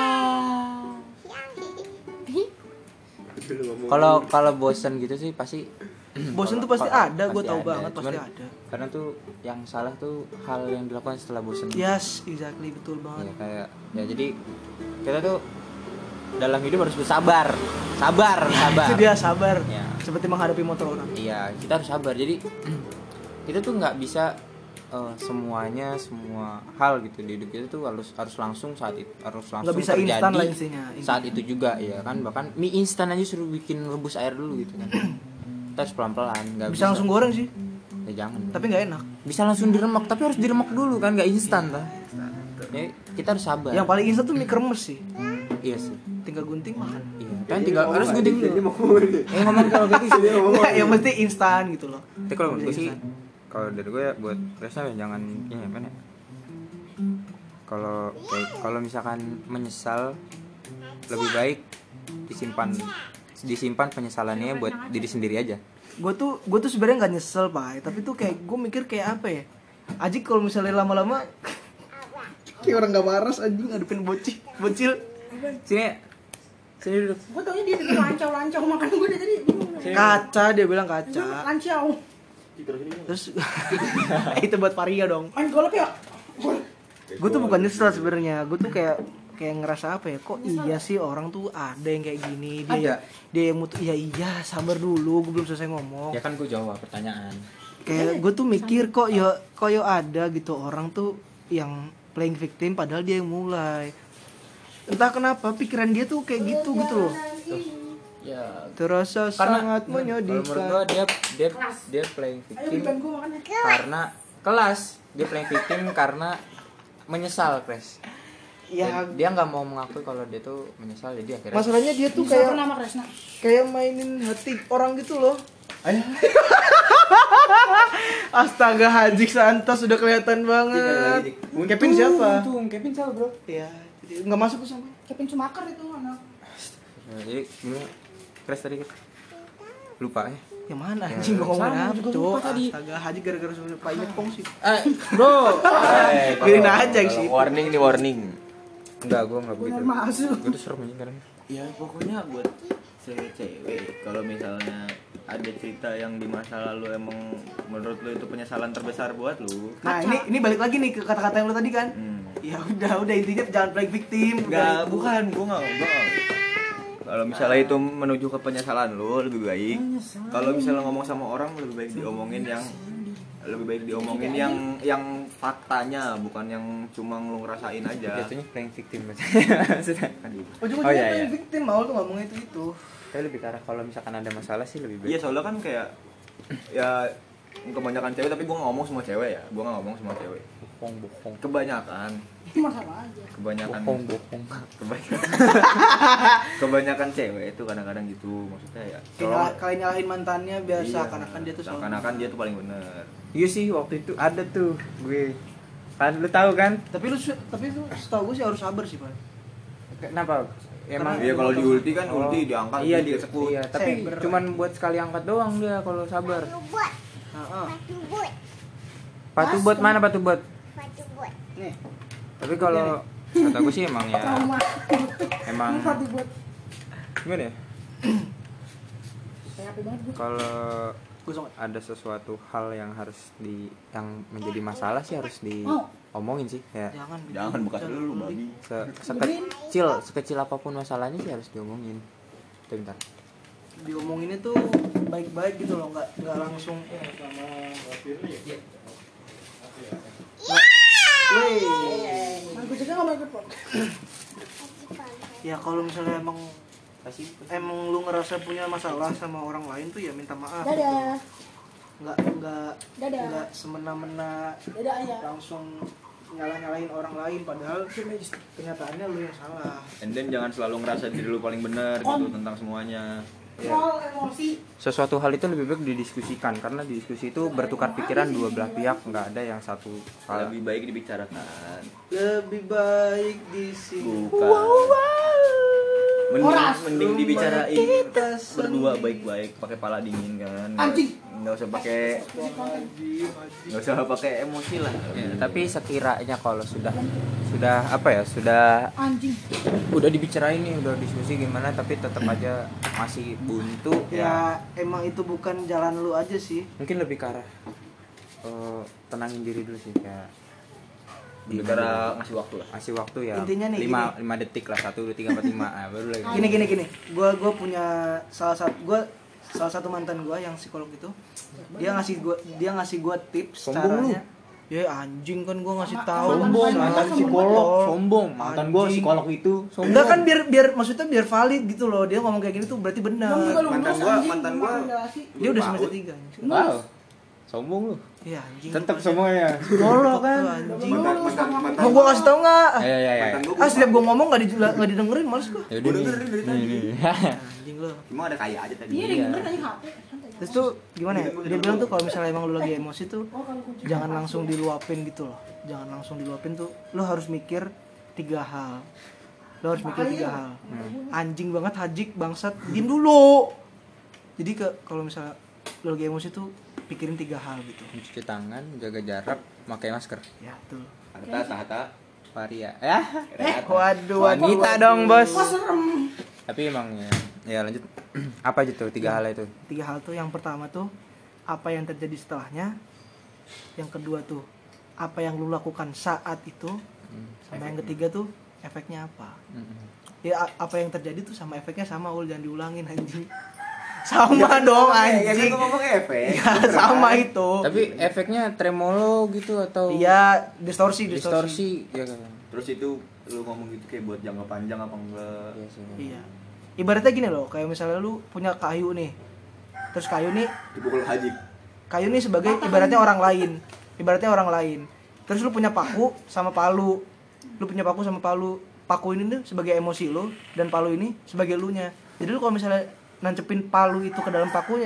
Speaker 3: Kalau bosan gitu sih pasti
Speaker 1: Bosan tuh pasti ada, gue
Speaker 3: pasti
Speaker 1: tahu
Speaker 3: ada.
Speaker 1: banget
Speaker 3: Cuman
Speaker 1: pasti ada.
Speaker 3: karena tuh yang salah tuh hal yang dilakukan setelah bosan.
Speaker 1: Yes, exactly, betul banget.
Speaker 3: Ya kayak ya jadi kita tuh dalam hidup harus bersabar. Sabar.
Speaker 1: Itu dia sabar.
Speaker 3: Ya.
Speaker 1: Seperti menghadapi motor orang.
Speaker 3: Iya, kita harus sabar. Jadi kita tuh nggak bisa semua hal gitu di hidup kita tuh harus langsung saat itu, harus langsung
Speaker 1: Nggak bisa
Speaker 3: terjadi
Speaker 1: instan lah intinya.
Speaker 3: saat itu juga ya kan. Bahkan mie instan aja suruh bikin rebus air dulu gitu kan. Kita harus pelan-pelan, nggak
Speaker 1: Bisa langsung goreng sih,
Speaker 3: ya jangan.
Speaker 1: tapi nggak enak.
Speaker 3: Bisa langsung diremek, tapi harus diremek dulu kan, nggak instan lah. Ya, kita harus sabar.
Speaker 1: Yang paling instan tuh mie kremes sih.
Speaker 3: Iya sih.
Speaker 1: Tinggal gunting makan.
Speaker 3: Iya, kan tinggal harus gunting dulu. Ngomong kalau gitu sih.
Speaker 1: Nggak, yang mesti instan gitu loh.
Speaker 3: Tapi kalau menurut gue sih, kalau dari gue ya buat Resna ya jangan ini apa ya. Kalau misalkan menyesal, lebih baik disimpan penyesalannya buat diri sendiri aja.
Speaker 1: Gue tuh sebenarnya nggak nyesel pak, tapi tuh kayak gue mikir kayak apa ya. Aji kalau misalnya lama-lama kayak orang nggak waras anjing ngadepin bocil.
Speaker 3: Sini duduk.
Speaker 2: Gue taunya dia tadi lancau makan gue dari tadi bingung.
Speaker 1: Kaca, dia bilang kaca.
Speaker 2: Itu lancau.
Speaker 1: Terus itu buat Varia dong.
Speaker 2: Main golok ya.
Speaker 1: Gue tuh bukan nyesel sebenarnya, gue tuh kayak ngerasa apa ya, kok iya sih orang tuh ada yang kayak gini, dia yang mutu, iya sabar dulu, gue belum selesai ngomong.
Speaker 3: Ya kan gue jawab pertanyaan.
Speaker 1: Kayak gue tuh mikir kok ada gitu orang tuh yang playing victim padahal dia yang mulai. Entah kenapa pikiran dia tuh kayak gitu loh.
Speaker 3: Ya
Speaker 1: Terasa sangat
Speaker 3: kalau
Speaker 1: menyedihkan.
Speaker 3: menurut gue dia playing
Speaker 2: Ayo
Speaker 3: victim
Speaker 2: bukan gue makan.
Speaker 3: karena kelas. Dia playing victim karena menyesal, Kres.
Speaker 1: Ya,
Speaker 3: Dia nggak mau mengakui kalau dia tuh menyesal, jadi akhirnya
Speaker 1: masalahnya dia tuh
Speaker 2: Siapa nama Kresna?
Speaker 1: kayak mainin hati orang gitu loh. Astaga, Haji Santos sudah kelihatan banget. Kevin siapa?
Speaker 3: Kevin siapa, Bro?
Speaker 1: Ya, jadi nggak masuk ke sana.
Speaker 2: Kevin Sumaker itu anak.
Speaker 3: Jadi gimana? Kres tadi lupa ya.
Speaker 1: Yang mana anjing gua ngomongin
Speaker 3: sama,
Speaker 1: apa,
Speaker 3: juga
Speaker 1: Cok?
Speaker 3: lupa tadi.
Speaker 1: Astaga, Haji gara-gara sudah Pak Imet kongsi.
Speaker 3: Bro.
Speaker 1: Biarin aja sih.
Speaker 4: Warning.
Speaker 3: Enggak, gue nggak begitu.
Speaker 2: Benar masuk.
Speaker 3: Gue tuh serem aja sekarang.
Speaker 4: Ya pokoknya buat cewek-cewek, kalau misalnya ada cerita yang di masa lalu emang menurut lu itu penyesalan terbesar buat lu.
Speaker 1: Nah, ini balik lagi nih ke kata-kata yang lu tadi kan. Ya udah intinya jangan play victim.
Speaker 4: Enggak, bukan, gua enggak. Kalau misalnya itu menuju ke penyesalan lu, lebih baik. Kalau misalnya ngomong sama orang, lebih baik diomongin yang faktanya, bukan yang cuma lu ngerasain aja.
Speaker 3: Jatuhnya playing victim aja.
Speaker 1: Ujung-ujungnya
Speaker 3: iya,
Speaker 1: play
Speaker 3: iya.
Speaker 1: victim mau tuh ngomongnya itu.
Speaker 3: Tapi lebih ke arah kalau misalkan ada masalah sih lebih baik.
Speaker 4: Iya, soalnya kan kayak ya kebanyakan cewek, tapi gua nggak ngomong semua cewek ya. Gua nggak ngomong semua cewek.
Speaker 3: Bohong.
Speaker 4: Kebanyakan
Speaker 2: Masalah aja.
Speaker 3: Bohong.
Speaker 4: kebanyakan cewek itu kadang-kadang gitu, maksudnya ya.
Speaker 1: Kalian nyalahin mantannya biasa
Speaker 4: Iya,
Speaker 1: karena kan dia tuh
Speaker 4: seakan-akan dia tuh paling bener.
Speaker 3: Iya sih, waktu itu ada tuh gue. Kan lu tahu kan?
Speaker 1: Tapi lu setahu gue sih harus sabar sih, Pak.
Speaker 3: Kenapa? Emang
Speaker 4: Iya, kalau di ulti kan ulti diangkat,
Speaker 3: iya
Speaker 4: disekut.
Speaker 3: iya, tapi
Speaker 1: Saber.
Speaker 3: cuman buat sekali angkat doang dia kalau sabar.
Speaker 1: Heeh.
Speaker 3: Patu buat mana patu buat?
Speaker 1: Nih.
Speaker 3: Tapi kalau kata gue sih emang ya
Speaker 2: Trauma.
Speaker 3: emang
Speaker 2: Mati buat
Speaker 3: gimana ya?
Speaker 2: kayak apa banget gue.
Speaker 3: Kalau
Speaker 1: Gue sangat.
Speaker 3: ada sesuatu hal yang yang menjadi masalah sih harus diomongin sih ya.
Speaker 4: Jangan bekas dulu babi.
Speaker 3: Sekecil apapun masalahnya sih harus diomongin. Bentar.
Speaker 1: Diomonginnya tuh baik-baik gitu loh, nggak langsung Wih.
Speaker 2: Gue juga nggak mau ikut pot.
Speaker 1: Ya kalau misalnya emang lu ngerasa punya masalah sama orang lain tuh ya minta maaf.
Speaker 2: Dadah.
Speaker 1: Nggak
Speaker 2: Dadah.
Speaker 1: semena-mena
Speaker 2: Dadah ayah.
Speaker 1: langsung nyalahin orang lain padahal kenyataannya lu yang salah.
Speaker 4: And then jangan selalu ngerasa diri lu paling benar gitu tentang semuanya.
Speaker 2: Soal emosi.
Speaker 3: Sesuatu hal itu lebih baik didiskusikan karena di diskusi itu bertukar pikiran dua belah pihak, nggak ada yang satu salah.
Speaker 4: Lebih baik dibicarakan.
Speaker 1: Lebih baik di sini.
Speaker 4: Bukan.
Speaker 2: Horas.
Speaker 4: Mending dibicarain
Speaker 1: Kita
Speaker 4: berdua baik-baik, pakai pala dingin kan.
Speaker 2: Anjing.
Speaker 4: Nggak usah pakai emosi lah.
Speaker 3: Ya, tapi sekiranya kalau sudah apa ya sudah
Speaker 2: Anjing.
Speaker 3: udah dibicarain nih udah diskusi gimana tapi tetap aja masih buntu
Speaker 1: Ya emang itu bukan jalan lu aja sih.
Speaker 3: mungkin lebih ke arah tenangin diri dulu sih kayak
Speaker 4: Negara ngasih waktu lah.
Speaker 3: ngasih waktu ya
Speaker 1: Intinya nih,
Speaker 3: 5 detik lah 1 2 3 4 5 baru lagi
Speaker 1: Gini. Gua punya salah satu mantan gua yang psikolog itu. Dia ngasih gua tips
Speaker 3: Sombong
Speaker 1: caranya. Ya anjing kan gua ngasih tahu.
Speaker 3: mantan psikolog sombong mantan gua
Speaker 1: Anjing.
Speaker 3: psikolog itu sombong
Speaker 1: Enggak kan biar maksudnya biar valid gitu loh. Dia ngomong kayak gini tuh berarti benar.
Speaker 4: Mantan gua
Speaker 1: Dia udah semester 3.
Speaker 3: wow sombong lu
Speaker 1: Iya anjing.
Speaker 3: tetap semuanya
Speaker 1: Psikolog kan anjing.
Speaker 4: Mantan
Speaker 1: Mau gua kasih tahu enggak?
Speaker 3: ya
Speaker 1: Setiap gua ngomong enggak didengerin, males gua.
Speaker 3: ya udah
Speaker 4: dengerin dari tadi.
Speaker 1: Anjing lo.
Speaker 4: Cuma ada kaya aja tadi.
Speaker 2: Iya, dengerin aja HP.
Speaker 1: Terus tuh gimana ya? Dia bilang tuh kalau misalnya emang lu lagi emosi tuh
Speaker 2: Oh, kalau kunci.
Speaker 1: jangan langsung diluapin gitu loh. Jangan langsung diluapin tuh. Lu harus mikir 3 hal. Lu harus mikir 3 hal. Anjing banget hajik bangsat. Diam dulu. Jadi kalau misalnya lu lagi emosi tuh pikirin 3 hal gitu.
Speaker 3: mencuci tangan jaga jarak pakai masker
Speaker 1: Ya tuh.
Speaker 4: Tahta.
Speaker 3: varia ya
Speaker 1: Waduh,
Speaker 3: wanita dong bos
Speaker 2: Wah, serem.
Speaker 3: tapi emang ya lanjut apa aja tuh 3 hal itu
Speaker 1: 3 hal tuh yang pertama tuh apa yang terjadi setelahnya. Yang kedua tuh apa yang lu lakukan saat itu. Sama yang ketiga tuh efeknya apa. Ya apa yang terjadi tuh sama efeknya sama, jangan diulangin anjing. Sama dong
Speaker 4: Ya kan
Speaker 1: anjing.
Speaker 4: gua ngomong efek.
Speaker 1: Ya, sama itu.
Speaker 3: tapi efeknya tremolo gitu atau
Speaker 1: Iya, distorsi.
Speaker 3: ya kan
Speaker 4: Terus itu lu ngomong gitu kayak buat jangka panjang apa enggak?
Speaker 3: iya sih
Speaker 1: Iya. Ibaratnya gini loh, kayak misalnya lu punya kayu nih. Terus kayu nih sebagai ibaratnya orang lain. Terus lu punya paku sama palu. Paku ini tuh sebagai emosi lu dan palu ini sebagai elunya. Jadi lu kalau misalnya nancepin palu itu ke dalam pakunya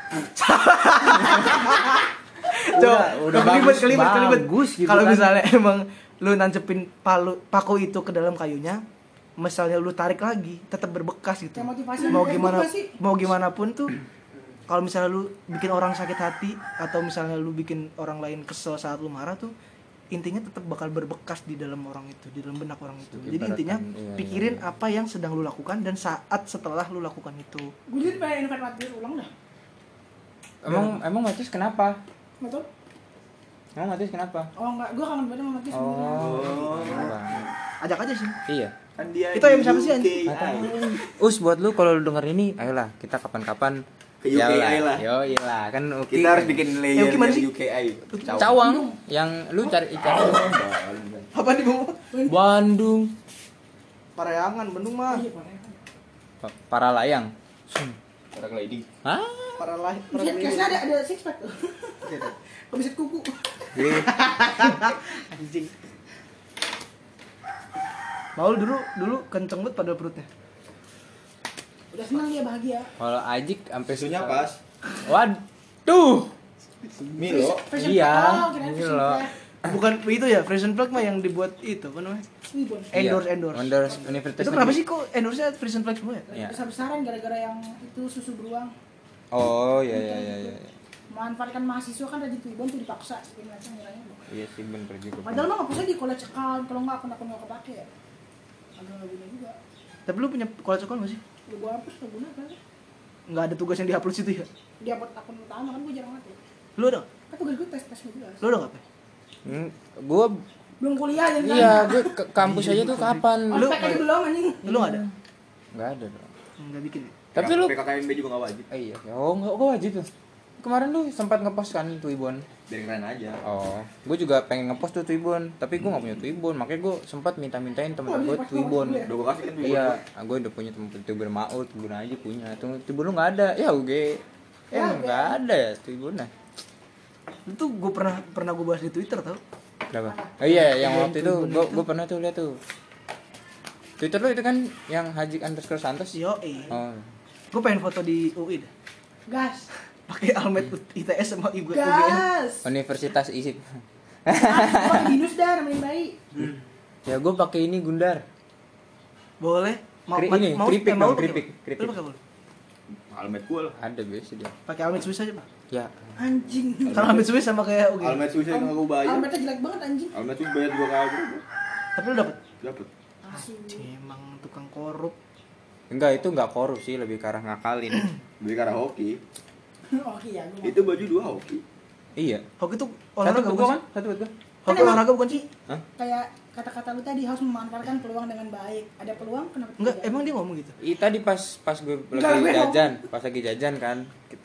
Speaker 3: udah
Speaker 1: kelibet.
Speaker 3: bagus gitu
Speaker 1: Kalau
Speaker 3: kan.
Speaker 1: misalnya emang lu nancepin paku itu ke dalam kayunya, misalnya lu tarik lagi, tetap berbekas gitu.
Speaker 2: Kayak motivasi
Speaker 1: Mau
Speaker 2: Facebook
Speaker 1: gimana
Speaker 2: gak sih?
Speaker 1: mau gimana pun tuh kalau misalnya lu bikin orang sakit hati atau misalnya lu bikin orang lain kesel saat lu marah tuh intinya tetap bakal berbekas di dalam orang itu, di dalam benak orang itu. Jadi
Speaker 3: Ibaratkan,
Speaker 1: intinya
Speaker 3: iya.
Speaker 1: pikirin apa yang sedang lu lakukan dan saat setelah lu lakukan itu.
Speaker 2: Gue jadi pengen invite Matis ulang dah.
Speaker 3: emang Matis kenapa
Speaker 2: Betul?
Speaker 3: kenapa
Speaker 2: Oh enggak, gue kangen banget sama Matis.
Speaker 1: Ajak aja sih.
Speaker 3: iya
Speaker 4: Kan dia
Speaker 1: Itu yang siapa sih, anjing?
Speaker 3: buat lu kalau lu denger ini ayolah kita kapan-kapan
Speaker 4: Ke UKI lah.
Speaker 3: Yoi lah kan Uki
Speaker 4: Kita harus bikin layer
Speaker 1: gimana
Speaker 4: yang
Speaker 1: sih?
Speaker 4: UKI.
Speaker 3: cawang yang lu cari
Speaker 1: Apa nih Bung?
Speaker 3: Bandung
Speaker 1: Parayangan, Bandung mah.
Speaker 2: Iya, parah.
Speaker 3: para layang
Speaker 4: Para gliding.
Speaker 3: hah
Speaker 2: Biasanya ada six pack tuh. Komisit kuku.
Speaker 1: Anjing. Maul dulu kenceng banget pada perutnya.
Speaker 2: Udah senang dia bahagia.
Speaker 3: kalau Ajik sampai
Speaker 4: Susunya
Speaker 3: susah.
Speaker 4: pas.
Speaker 3: Waduh
Speaker 4: Milo.
Speaker 2: Fashion
Speaker 3: Iya,
Speaker 2: pack. Oh, kirain
Speaker 3: ini
Speaker 2: fashion
Speaker 3: loh.
Speaker 2: pack.
Speaker 1: Bukan itu ya, Frisian Flag mah yang dibuat itu apa namanya?
Speaker 2: Wih, Bon.
Speaker 1: Endorse.
Speaker 3: Endorse Universitas
Speaker 1: Itu kenapa
Speaker 3: Negeri.
Speaker 1: sih kok endorse-nya Frisian Flag semua ya?
Speaker 3: Iya.
Speaker 2: Besar-besaran gara-gara yang itu susu beruang.
Speaker 3: Oh iya.
Speaker 2: memanfaatkan mahasiswa kan dari Twibbon tuh dipaksa freelancer ngiranya.
Speaker 3: Iya sih bener juga.
Speaker 2: Padahal mah ngapusnya di college account, kalau nggak akun-akun nggak kepake ya. Agak nggak guna juga.
Speaker 1: Tapi lu punya college account nggak sih?
Speaker 2: Udah gua hapus nggak guna kan?
Speaker 1: Nggak ada tugas yang dihapus itu ya?
Speaker 2: Di akun utama kan gua jarang upload.
Speaker 1: Lu ada nggak?
Speaker 2: Kan tugas gua tes 12.
Speaker 1: Lu ada nggak, Pe?
Speaker 3: Gue
Speaker 2: Belum kuliah ya kan?
Speaker 3: iya gue ke kampus aja tuh kapan?
Speaker 1: Lu-
Speaker 2: Ospek aja belum anjing.
Speaker 1: Lu nggak ada?
Speaker 3: Nggak ada dong.
Speaker 1: Nggak bikin ya?
Speaker 3: Tapi lu
Speaker 4: PKKMB juga nggak wajib.
Speaker 3: iya, oh nggak wajib tuh. Kemarin lu sempat ngepost kan Twibbon.
Speaker 4: Biar keren aja.
Speaker 3: Oh, gue juga pengen ngepost tuh Twibbon, tapi gue nggak punya Twibbon, makanya gue sempat mintain temen gue Twibbon.
Speaker 4: Udah gua kasih kan.
Speaker 3: Iya, gue udah punya temen Twibbon Maut, Twibbon aja punya. Tuh Twibbon lu nggak ada, ya uge, nggak ada ya Twibbon nah.
Speaker 1: Itu gue pernah gue bahas di Twitter tau.
Speaker 3: Kenapa? Oh iya, yang waktu itu gue pernah tuh lihat tuh. Twitter lu itu kan yang Hajik_Santos.
Speaker 1: Yo,
Speaker 3: Oh,
Speaker 1: gue pengen foto di UI dah.
Speaker 2: Gas.
Speaker 1: Pakai almet ITS sama UGM.
Speaker 2: Gas.
Speaker 3: Universitas ISIP.
Speaker 2: Gua binus dah nemenin bayi.
Speaker 3: Ya gue pakai ini Gundar.
Speaker 1: Boleh.
Speaker 3: Ini, keripik dong, keripik.
Speaker 1: Lu pakai boleh.
Speaker 4: Almet gua lah.
Speaker 3: Ada biasa dia.
Speaker 1: Pakai almet Swiss aja, Pak.
Speaker 3: Ya.
Speaker 2: Anjing.
Speaker 1: Kalau almet Swiss sama kayak UGM.
Speaker 4: Almet susah yang gua bayar.
Speaker 2: Almetnya jelek banget anjing.
Speaker 4: Almet susah bayar 2 kali.
Speaker 1: Tapi lu dapet.
Speaker 4: Dapat.
Speaker 2: Asu.
Speaker 1: Emang tukang korup.
Speaker 3: Enggak, itu enggak korup sih, lebih ke arah ngakalin.
Speaker 4: Beli karaoke.
Speaker 2: Oke ya, gua.
Speaker 4: Itu baju 2 hoki.
Speaker 3: Iya.
Speaker 1: Hoki tuh
Speaker 3: Satu
Speaker 1: olahraga
Speaker 3: buat
Speaker 1: bukan
Speaker 3: gua
Speaker 1: sih?
Speaker 3: kan? Satu buat gua.
Speaker 1: Hoki
Speaker 2: Kan
Speaker 1: olahraga bukan sih?
Speaker 3: Hah?
Speaker 2: Kayak kata-kata lu tadi harus memanfaatkan peluang dengan baik. Ada peluang kenapa
Speaker 1: Enggak,
Speaker 2: tidak?
Speaker 1: emang dia ngomong gitu.
Speaker 3: Tadi pas gue
Speaker 2: Enggak,
Speaker 3: lagi
Speaker 2: gue
Speaker 3: jajan, pas lagi jajan kan.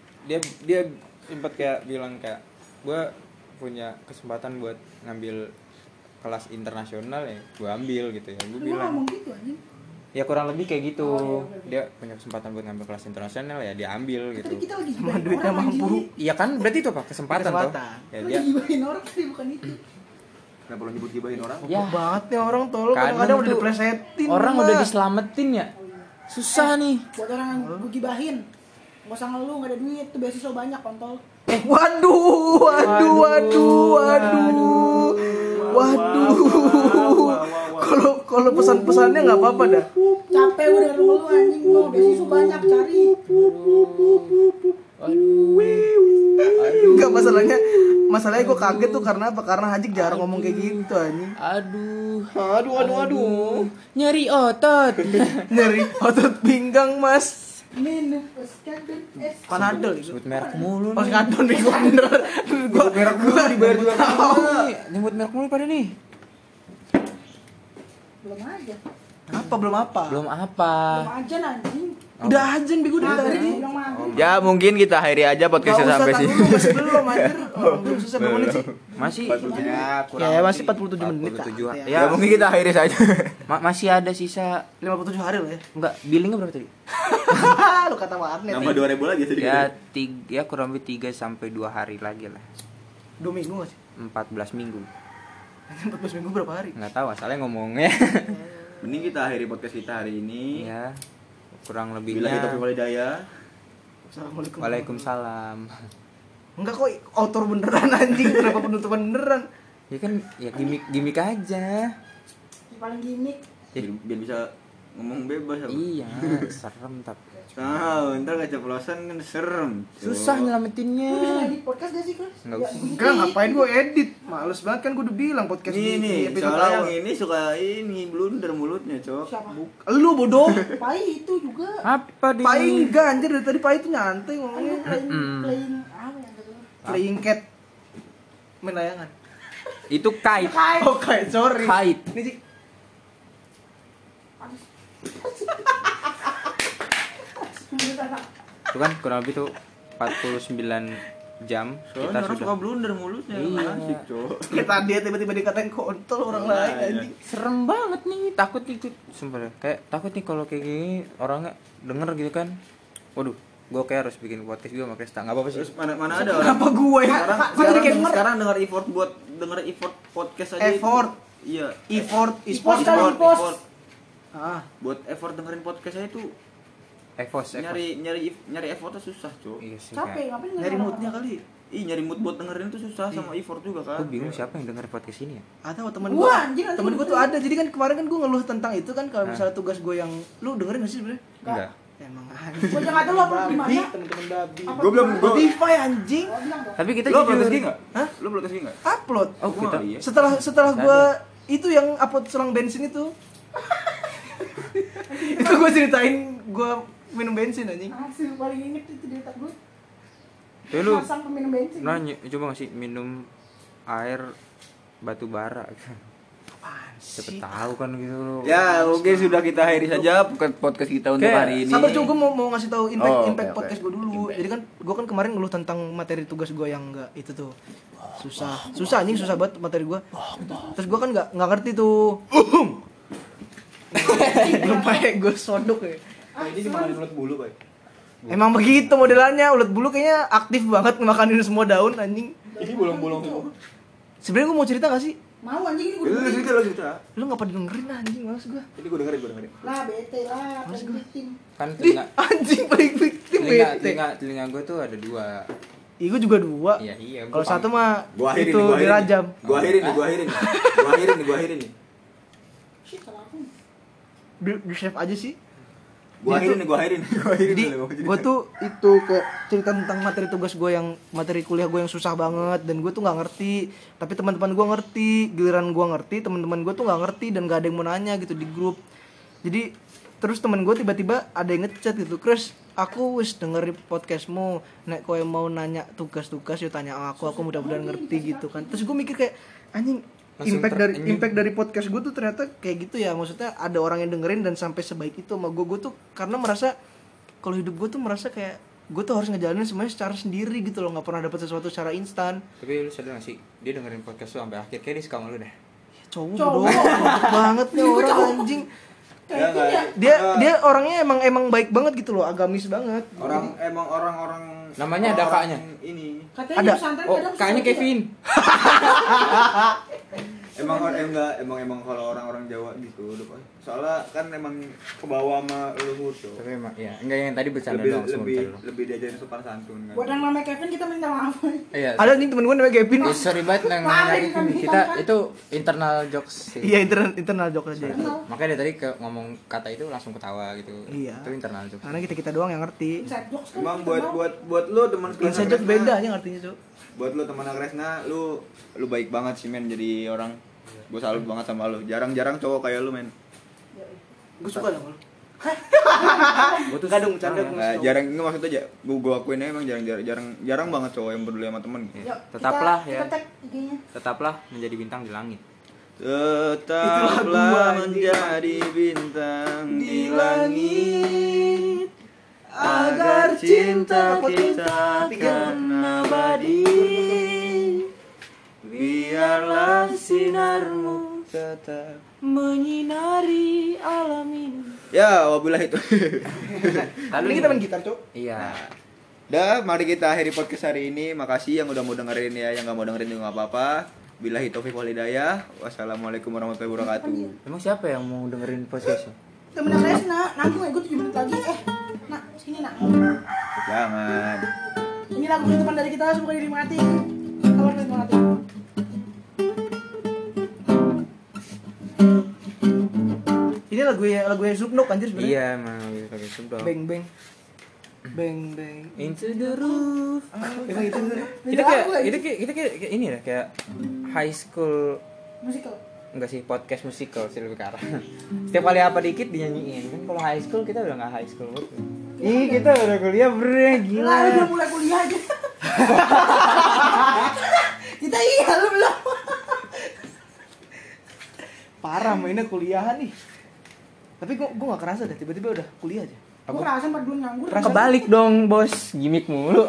Speaker 3: Dia sempat kayak bilang kayak gue punya kesempatan buat ngambil kelas internasional ya, gue ambil gitu ya. Gue
Speaker 2: Lu
Speaker 3: bilang
Speaker 2: ngomong gitu anjing.
Speaker 3: ya kurang lebih kayak gitu.
Speaker 2: Oh, iya,
Speaker 3: Dia punya kesempatan buat ngambil kelas internasional ya, dia ambil
Speaker 2: Tapi
Speaker 3: gitu.
Speaker 2: kita lagi
Speaker 1: Sama
Speaker 2: gibahin
Speaker 1: duitnya
Speaker 2: orang,
Speaker 1: mampu.
Speaker 2: anjing.
Speaker 3: Iya kan, berarti itu apa? Kesempatan toh.
Speaker 1: Kesempatan.
Speaker 3: Ya
Speaker 2: Lu
Speaker 3: dia
Speaker 2: gibahin orang tadi bukan itu.
Speaker 4: Kenapa lu nyebut-nyebahin orang?
Speaker 3: ya
Speaker 1: Goblok banget nih orang tolol
Speaker 3: kadang
Speaker 1: kadang-kadang udah
Speaker 3: tuh
Speaker 1: diplesetin.
Speaker 3: orang
Speaker 1: Mbak.
Speaker 3: udah diselamatin ya. Susah nih.
Speaker 2: Buat orang yang gue gibahin. Gak usah ngeluh, gak ada duit, tuh beasiswa banyak kontol.
Speaker 1: Waduh. Kalau pesan-pesannya nggak apa-apa dah.
Speaker 2: Capek udah denger ngeluh anjing, gua beasiswa banyak cari.
Speaker 1: Enggak masalahnya gue kaget tuh karena apa? Karena Hajik jarang ngomong kayak gitu anjing.
Speaker 3: Aduh. Nyeri otot.
Speaker 1: Nyeri otot pinggang, Mas.
Speaker 2: Minum skandal es.
Speaker 1: Panadol itu.
Speaker 3: Sebut merek mulu
Speaker 1: Pas
Speaker 3: nih.
Speaker 1: kadon nih gue beneran. Gue
Speaker 4: Merek mulu dibayar juga.
Speaker 3: Nyebut merek mulu pada nih.
Speaker 2: Belum aja.
Speaker 1: belum apa?
Speaker 3: Belum apa?
Speaker 2: Belum aja anjing.
Speaker 1: Udah ajan bego dari tadi.
Speaker 2: Belum maghrib.
Speaker 4: Ya mungkin kita akhiri aja podcastnya sampai sini.
Speaker 1: Masih belum anjir. Belum selesai berapa menit sih?
Speaker 3: Masih
Speaker 4: Ya,
Speaker 1: Ya masih 47 menit.
Speaker 3: 47
Speaker 1: lah.
Speaker 4: Ya mungkin kita akhiri saja.
Speaker 3: masih ada sisa
Speaker 1: 57 hari lah ya.
Speaker 3: enggak billingnya berapa tadi?
Speaker 1: Lu kata warnet.
Speaker 4: Nambah 2.000 lagi sedikit.
Speaker 3: Ya kurang lebih 3 sampai 2 hari lagi lah.
Speaker 1: 2 minggu enggak sih?
Speaker 3: 14 minggu.
Speaker 1: 14 minggu berapa hari?
Speaker 3: Enggak tahu asalnya ngomongnya.
Speaker 4: Mending kita akhiri podcast kita hari ini.
Speaker 3: Ya. Kurang
Speaker 4: Bila
Speaker 3: lebihnya.
Speaker 4: kita walhidayah.
Speaker 1: Assalamualaikum.
Speaker 3: Waalaikumsalam.
Speaker 1: Enggak kok autor beneran anjing. Kenapa penutupan beneran?
Speaker 3: Ya kan ya gimmick aja.
Speaker 2: Paling gimmick.
Speaker 4: Biar bisa ngomong bebas apa?
Speaker 3: Iya, serem tapi.
Speaker 4: Ntar keceplosan kan serem.
Speaker 3: Susah
Speaker 2: Lu bisa
Speaker 3: nyelamatinnya.
Speaker 2: edit podcast gak sih, Klas?
Speaker 3: Nggak
Speaker 2: Ya,
Speaker 3: usah.
Speaker 2: bunyi
Speaker 1: Enggak,
Speaker 2: tit.
Speaker 1: ngapain gue edit? Males banget kan gue udah bilang podcast
Speaker 4: Ini
Speaker 1: episode
Speaker 4: soalnya
Speaker 1: awal.
Speaker 4: yang ini suka ini blunder mulutnya, Cok.
Speaker 2: Siapa?
Speaker 1: Lu bodoh.
Speaker 2: Pai itu juga.
Speaker 3: Apa di
Speaker 1: Pai enggak anjir dari tadi Pai itu nyantai
Speaker 2: Kan
Speaker 1: ngomongnya.
Speaker 2: lu playing apa yang kata lu?
Speaker 1: Playing cat. Main layangan.
Speaker 3: Itu kite.
Speaker 1: Oh, kait, sorry.
Speaker 3: Kite.
Speaker 1: Ini sih.
Speaker 3: Itu kan kurang lebih tuh 49 jam
Speaker 4: Soalnya
Speaker 3: kita
Speaker 4: orang
Speaker 3: sudah
Speaker 4: suka blunder mulutnya.
Speaker 3: Iya.
Speaker 4: Asik, Cok.
Speaker 1: Kayak tadi ya tiba-tiba dikatain kontol orang lain anjing.
Speaker 3: serem banget nih, takut nih sumpah deh. Kayak takut nih kalau kayak gini orangnya denger gitu kan. Waduh, gue kayak harus bikin podcast juga makanya enggak apa-apa sih.
Speaker 4: Terus mana ada orang
Speaker 1: Kenapa gue ya?
Speaker 4: sekarang dengar effort buat denger effort podcast aja.
Speaker 1: Effort.
Speaker 4: Iya.
Speaker 1: Effort,
Speaker 2: Post
Speaker 1: e-sport.
Speaker 2: kali post.
Speaker 1: Ah,
Speaker 4: Buat effort dengerin podcast aja tuh
Speaker 3: Evos.
Speaker 4: nyari effortnya susah, Cok.
Speaker 3: Iya sih.
Speaker 2: Capek, ngapain
Speaker 1: nyari moodnya kali.
Speaker 4: Ih, nyari mood buat dengerin tuh susah sama effort juga kan.
Speaker 3: Gue bingung siapa yang denger podcast ini ya.
Speaker 1: Atau temen
Speaker 2: Gua,
Speaker 1: gue,
Speaker 2: anjing,
Speaker 1: temen gue tuh ada. Jadi kan kemarin kan gue ngeluh tentang itu kan kalau misalnya tugas gue yang lu dengerin gak sih sebenarnya?
Speaker 3: Enggak.
Speaker 1: Emang
Speaker 2: Gua aja nggak tahu lu upload di mana.
Speaker 1: temen-temen babi.
Speaker 2: Apa
Speaker 4: Gua belum
Speaker 2: di mana?
Speaker 1: Spotify anjing.
Speaker 2: Oh, bilang dong.
Speaker 3: Tapi kita
Speaker 4: Lu upload
Speaker 3: jujur.
Speaker 4: SG enggak?
Speaker 1: Hah?
Speaker 4: Lu upload SG enggak?
Speaker 1: Upload.
Speaker 3: Oh, kita.
Speaker 4: Iya.
Speaker 1: Setelah gua itu yang upload selang bensin itu. Itu gua ceritain gua minum bensin anjing.
Speaker 2: Hasil paling inget itu di otak gue.
Speaker 3: Tapi lu
Speaker 2: Pasang peminum bensin.
Speaker 3: nanya coba nggak sih minum air batu bara?
Speaker 1: Apaan
Speaker 3: Siapa
Speaker 1: sih?
Speaker 3: tahu kan gitu lu.
Speaker 4: Ya, oke sudah kita akhiri saja podcast kita untuk
Speaker 3: Kayak,
Speaker 4: hari ini.
Speaker 1: Sabar cuy, gue mau ngasih tahu impact
Speaker 4: Oh,
Speaker 1: impact
Speaker 4: oke,
Speaker 1: podcast
Speaker 4: oke.
Speaker 1: gue dulu. Jadi kan gue kan kemarin ngeluh tentang materi tugas gue yang enggak itu tuh susah anjing, susah banget materi gue. Terus gue kan nggak ngerti tuh. Belum pakai gue sodok ya.
Speaker 4: Ini dimakan ulat bulu, Pak.
Speaker 1: Emang begitu modelannya, ulat bulu kayaknya aktif banget makanin semua daun anjing.
Speaker 4: Ini bolong-bolong semua.
Speaker 1: Sebenarnya gue mau cerita gak sih?
Speaker 2: Mau anjing ini gue
Speaker 4: Lu
Speaker 2: dengerin.
Speaker 4: cerita.
Speaker 1: Lu ngapa dengerin anjing, males gue.
Speaker 4: Ini gue dengerin.
Speaker 2: Lah bete lah, paling victim.
Speaker 3: Kan
Speaker 1: Di
Speaker 3: telinga
Speaker 1: anjing paling victim bete.
Speaker 3: telinga gue tuh ada 2.
Speaker 1: Iya gue juga 2.
Speaker 3: Iya.
Speaker 1: Kalau satu mah
Speaker 4: Gua akhirin
Speaker 1: itu
Speaker 4: nih,
Speaker 1: dirajam.
Speaker 4: Gua akhirin nih.
Speaker 2: Shit, salah aku.
Speaker 1: Di save aja sih.
Speaker 4: Gua
Speaker 1: Jadi
Speaker 4: akhirin.
Speaker 1: Jadi gue tuh itu kayak cerita tentang materi tugas gue yang materi kuliah gue yang susah banget dan gue tuh nggak ngerti. Tapi teman-teman gue ngerti, giliran gue ngerti, teman-teman gue tuh nggak ngerti dan gak ada yang mau nanya gitu di grup. Jadi terus teman gue tiba-tiba ada yang ngechat gitu, Chris, aku wis dengerin podcastmu, nek kowe mau nanya tugas-tugas ya tanya aku mudah-mudahan ngerti gitu kan. Terus gue mikir kayak anjing,
Speaker 3: Langsung
Speaker 1: impact dari podcast gue tuh ternyata kayak gitu ya, maksudnya ada orang yang dengerin dan sampai sebaik itu sama gue tuh karena merasa kalau hidup gue tuh merasa kayak gue tuh harus ngejalanin semuanya secara sendiri gitu loh, nggak pernah dapat sesuatu secara instan.
Speaker 3: Tapi lu sadar gak sih dia dengerin podcast lu sampai akhir, kayak dia suka sama lu deh.
Speaker 1: Ya, cowok bodoh banget nih orang anjing. Dia orangnya emang baik banget gitu loh, agamis banget.
Speaker 4: Orang-orang
Speaker 3: Namanya ada kaknya.
Speaker 4: Ini
Speaker 2: Katanya
Speaker 1: Ada.
Speaker 2: di pesantren
Speaker 3: Oh,
Speaker 2: kadang
Speaker 3: kaknya
Speaker 2: suka
Speaker 3: Kevin.
Speaker 4: emang kalau orang-orang Jawa gitu, soalnya kan emang kebawa sama leluhur tuh.
Speaker 3: Tapi emang ya, enggak yang tadi bercanda
Speaker 4: Lebih
Speaker 3: doang, semua bercanda doang.
Speaker 4: lebih diajarin sopan santun kan.
Speaker 2: Buat yang namanya Kevin kita minta maaf.
Speaker 3: Iya.
Speaker 1: Ada nih temen gue namanya Kevin.
Speaker 3: Sorry banget yang
Speaker 2: Paling
Speaker 3: nanya Kevin.
Speaker 2: kami
Speaker 3: Kita
Speaker 2: kan.
Speaker 3: itu internal jokes sih.
Speaker 1: Iya, internal joke aja.
Speaker 3: Makanya dari tadi ngomong kata itu langsung ketawa gitu.
Speaker 1: Iya.
Speaker 3: Itu internal jokes.
Speaker 1: Karena kita doang yang ngerti.
Speaker 2: Inside jokes kan.
Speaker 4: Emang
Speaker 2: kita mau.
Speaker 4: buat lu teman
Speaker 1: Inside joke beda aja ngertinya, Cuk.
Speaker 4: Buat lu teman Agresna, lu baik banget sih men jadi orang. Gue salut banget sama lu. Jarang-jarang cowok kayak lu men.
Speaker 1: Gue suka sama lu.
Speaker 3: Gua tuh
Speaker 1: Kadang bercanda
Speaker 3: senang,
Speaker 1: gue.
Speaker 4: Nah, jarang ini maksudnya aja. Gue akuin aja emang jarang banget cowok yang peduli sama temen.
Speaker 3: ya.
Speaker 2: Yuk,
Speaker 3: Tetaplah
Speaker 2: kita,
Speaker 3: ya.
Speaker 2: Kita tag IG-nya.
Speaker 3: Tetaplah menjadi bintang di langit.
Speaker 4: Tetaplah menjadi bintang di langit agar cinta kita kan abadi. Biarlah sinarmu tetap
Speaker 3: Menyinari alam ini.
Speaker 4: ya wabillahi itu.
Speaker 1: Lalu kita main gitar, Cuk.
Speaker 3: Iya.
Speaker 4: Dah, mari kita akhiri podcast hari ini. Makasih yang udah mau dengerin ya, yang nggak mau dengerin juga nggak apa-apa. Billahi taufiq wal hidayah. Wassalamualaikum warahmatullahi wabarakatuh.
Speaker 3: Emang siapa yang mau dengerin podcast?
Speaker 2: Temen Agresna, nanggung ya gue 7 menit lagi. Nak, sini nak.
Speaker 4: Jangan.
Speaker 2: Ini lagu teman dari kita, semoga dinikmati. Kalau dinikmati.
Speaker 1: Ini lagu yang Snoop Dogg anjir sebenarnya.
Speaker 3: Iya, emang pakai sub dong.
Speaker 1: Bang bang. Bang bang.
Speaker 3: Into the roof.
Speaker 1: Emang itu bener.
Speaker 3: Itu kayak ini ya, kayak high school,
Speaker 2: Musical.
Speaker 3: enggak sih, podcast musical sih lebih ke arah. Setiap kali apa dikit dinyanyiin. Kan kalau high school kita udah enggak high school banget. Ih, kita udah kuliah bre, gila.
Speaker 2: Lah, lu belum mulai kuliah aja. Kita iya, lu belum.
Speaker 1: Parah mainnya kuliahan nih. Tapi gua gak kerasa deh, tiba-tiba udah kuliah aja.
Speaker 2: Gue ngerasain pas dulu nganggur.
Speaker 3: Kebalik dong, Bos. Gimik mulu.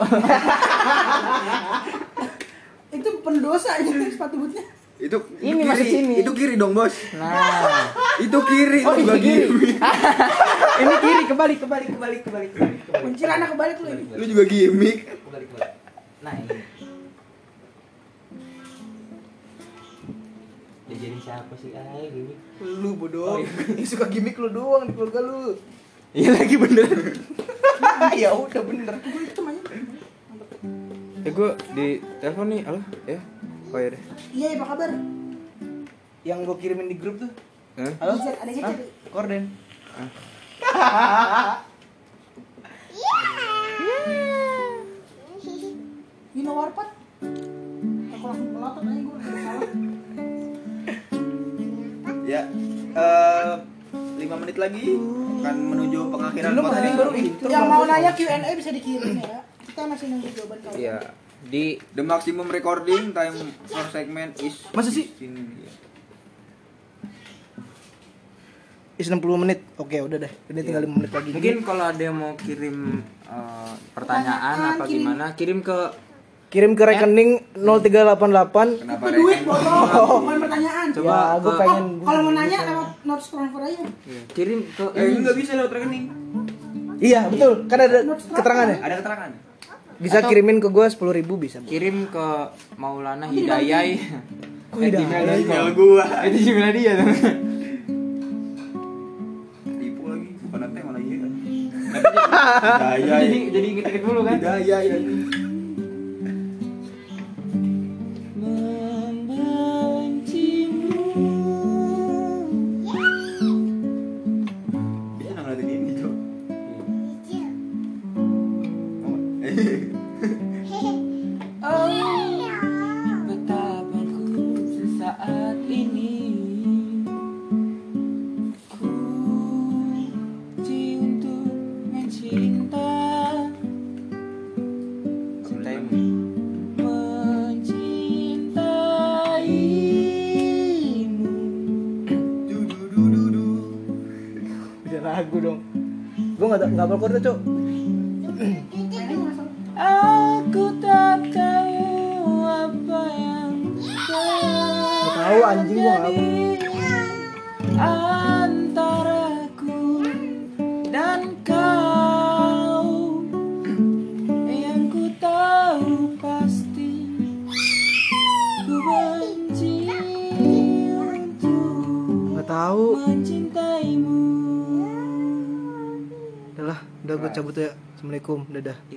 Speaker 2: Itu pendosa aja sepatu bootnya.
Speaker 4: Itu
Speaker 3: Ini
Speaker 4: kiri.
Speaker 3: masuk sini.
Speaker 4: Itu kiri dong, Bos.
Speaker 3: Nah,
Speaker 4: Itu kiri
Speaker 3: Oh,
Speaker 4: juga
Speaker 3: ini kiri.
Speaker 4: gimmick.
Speaker 3: ini kiri kebalik.
Speaker 2: Kuntilanak kebalik lu ini.
Speaker 4: Lu juga gimmick.
Speaker 3: Kebalik. Nah, ini. Dia jadi siapa sih? Gimik.
Speaker 1: Lu bodoh. Yang suka gimmick lu doang di keluarga lu.
Speaker 3: Iya lagi bener.
Speaker 1: Ya udah bener.
Speaker 2: Gue itu aja.
Speaker 3: Gue di telepon nih, halo, ya. Oh iya deh.
Speaker 2: Iya, apa kabar?
Speaker 1: Yang gua kirimin di grup tuh.
Speaker 3: Hah?
Speaker 1: Halo?
Speaker 2: Ada yang
Speaker 1: Hah?
Speaker 2: chat.
Speaker 1: Korden.
Speaker 4: menit lagi akan menuju pengakhiran
Speaker 1: Belum, tadi
Speaker 4: podcast.
Speaker 1: baru intro.
Speaker 2: Yang mau nanya Q&A bisa dikirim ya. Kita masih nunggu jawaban kalian.
Speaker 3: Iya, di
Speaker 4: The maximum recording time for segment is
Speaker 1: Masa sih?
Speaker 4: 15 minutes.
Speaker 1: Is 60 menit. Oke, udah deh. Ini tinggal 5 menit lagi.
Speaker 3: mungkin kalau ada yang mau kirim pertanyaan apa gimana, kirim ke
Speaker 1: kirim ke rekening 0388.
Speaker 4: Kenapa
Speaker 2: Itu duit
Speaker 4: rekening?
Speaker 2: bodoh, bukan pertanyaan.
Speaker 3: Coba
Speaker 1: Ya, gue
Speaker 3: ke-
Speaker 1: pengen.
Speaker 2: Kalau mau nanya lewat notes transfer aja.
Speaker 3: kirim ke
Speaker 4: Ini nggak bisa lewat rekening.
Speaker 1: Iya, betul. Kan ada keterangannya.
Speaker 4: Ada keterangan.
Speaker 1: Bisa kirimin ke gue 10.000 bisa. Bu.
Speaker 3: kirim ke Maulana Hidayai.
Speaker 1: Kok Hidayai?
Speaker 4: Email gua.
Speaker 3: Itu gimana dia tuh?
Speaker 4: Tipu lagi. Bukan nanti malah iya kan.
Speaker 3: Jadi inget-inget dulu kan?
Speaker 4: Daya ya. Bisa ngeliatin ini, Cok.
Speaker 3: Betapa ku sesaat ini ku untuk mencinta cintaimu mencintaimu.
Speaker 1: Bisa lagu dong. Gue nggak hafal chord Cok.
Speaker 3: Aku tak tahu apa yang
Speaker 1: Nggak tahu anjing gue nggak hafal.
Speaker 3: antaraku dan kau, yang ku tahu pasti ku benci untuk
Speaker 1: Nggak tahu.
Speaker 3: mencintaimu.
Speaker 1: Udah gue cabut ya. Assalamualaikum. Dadah.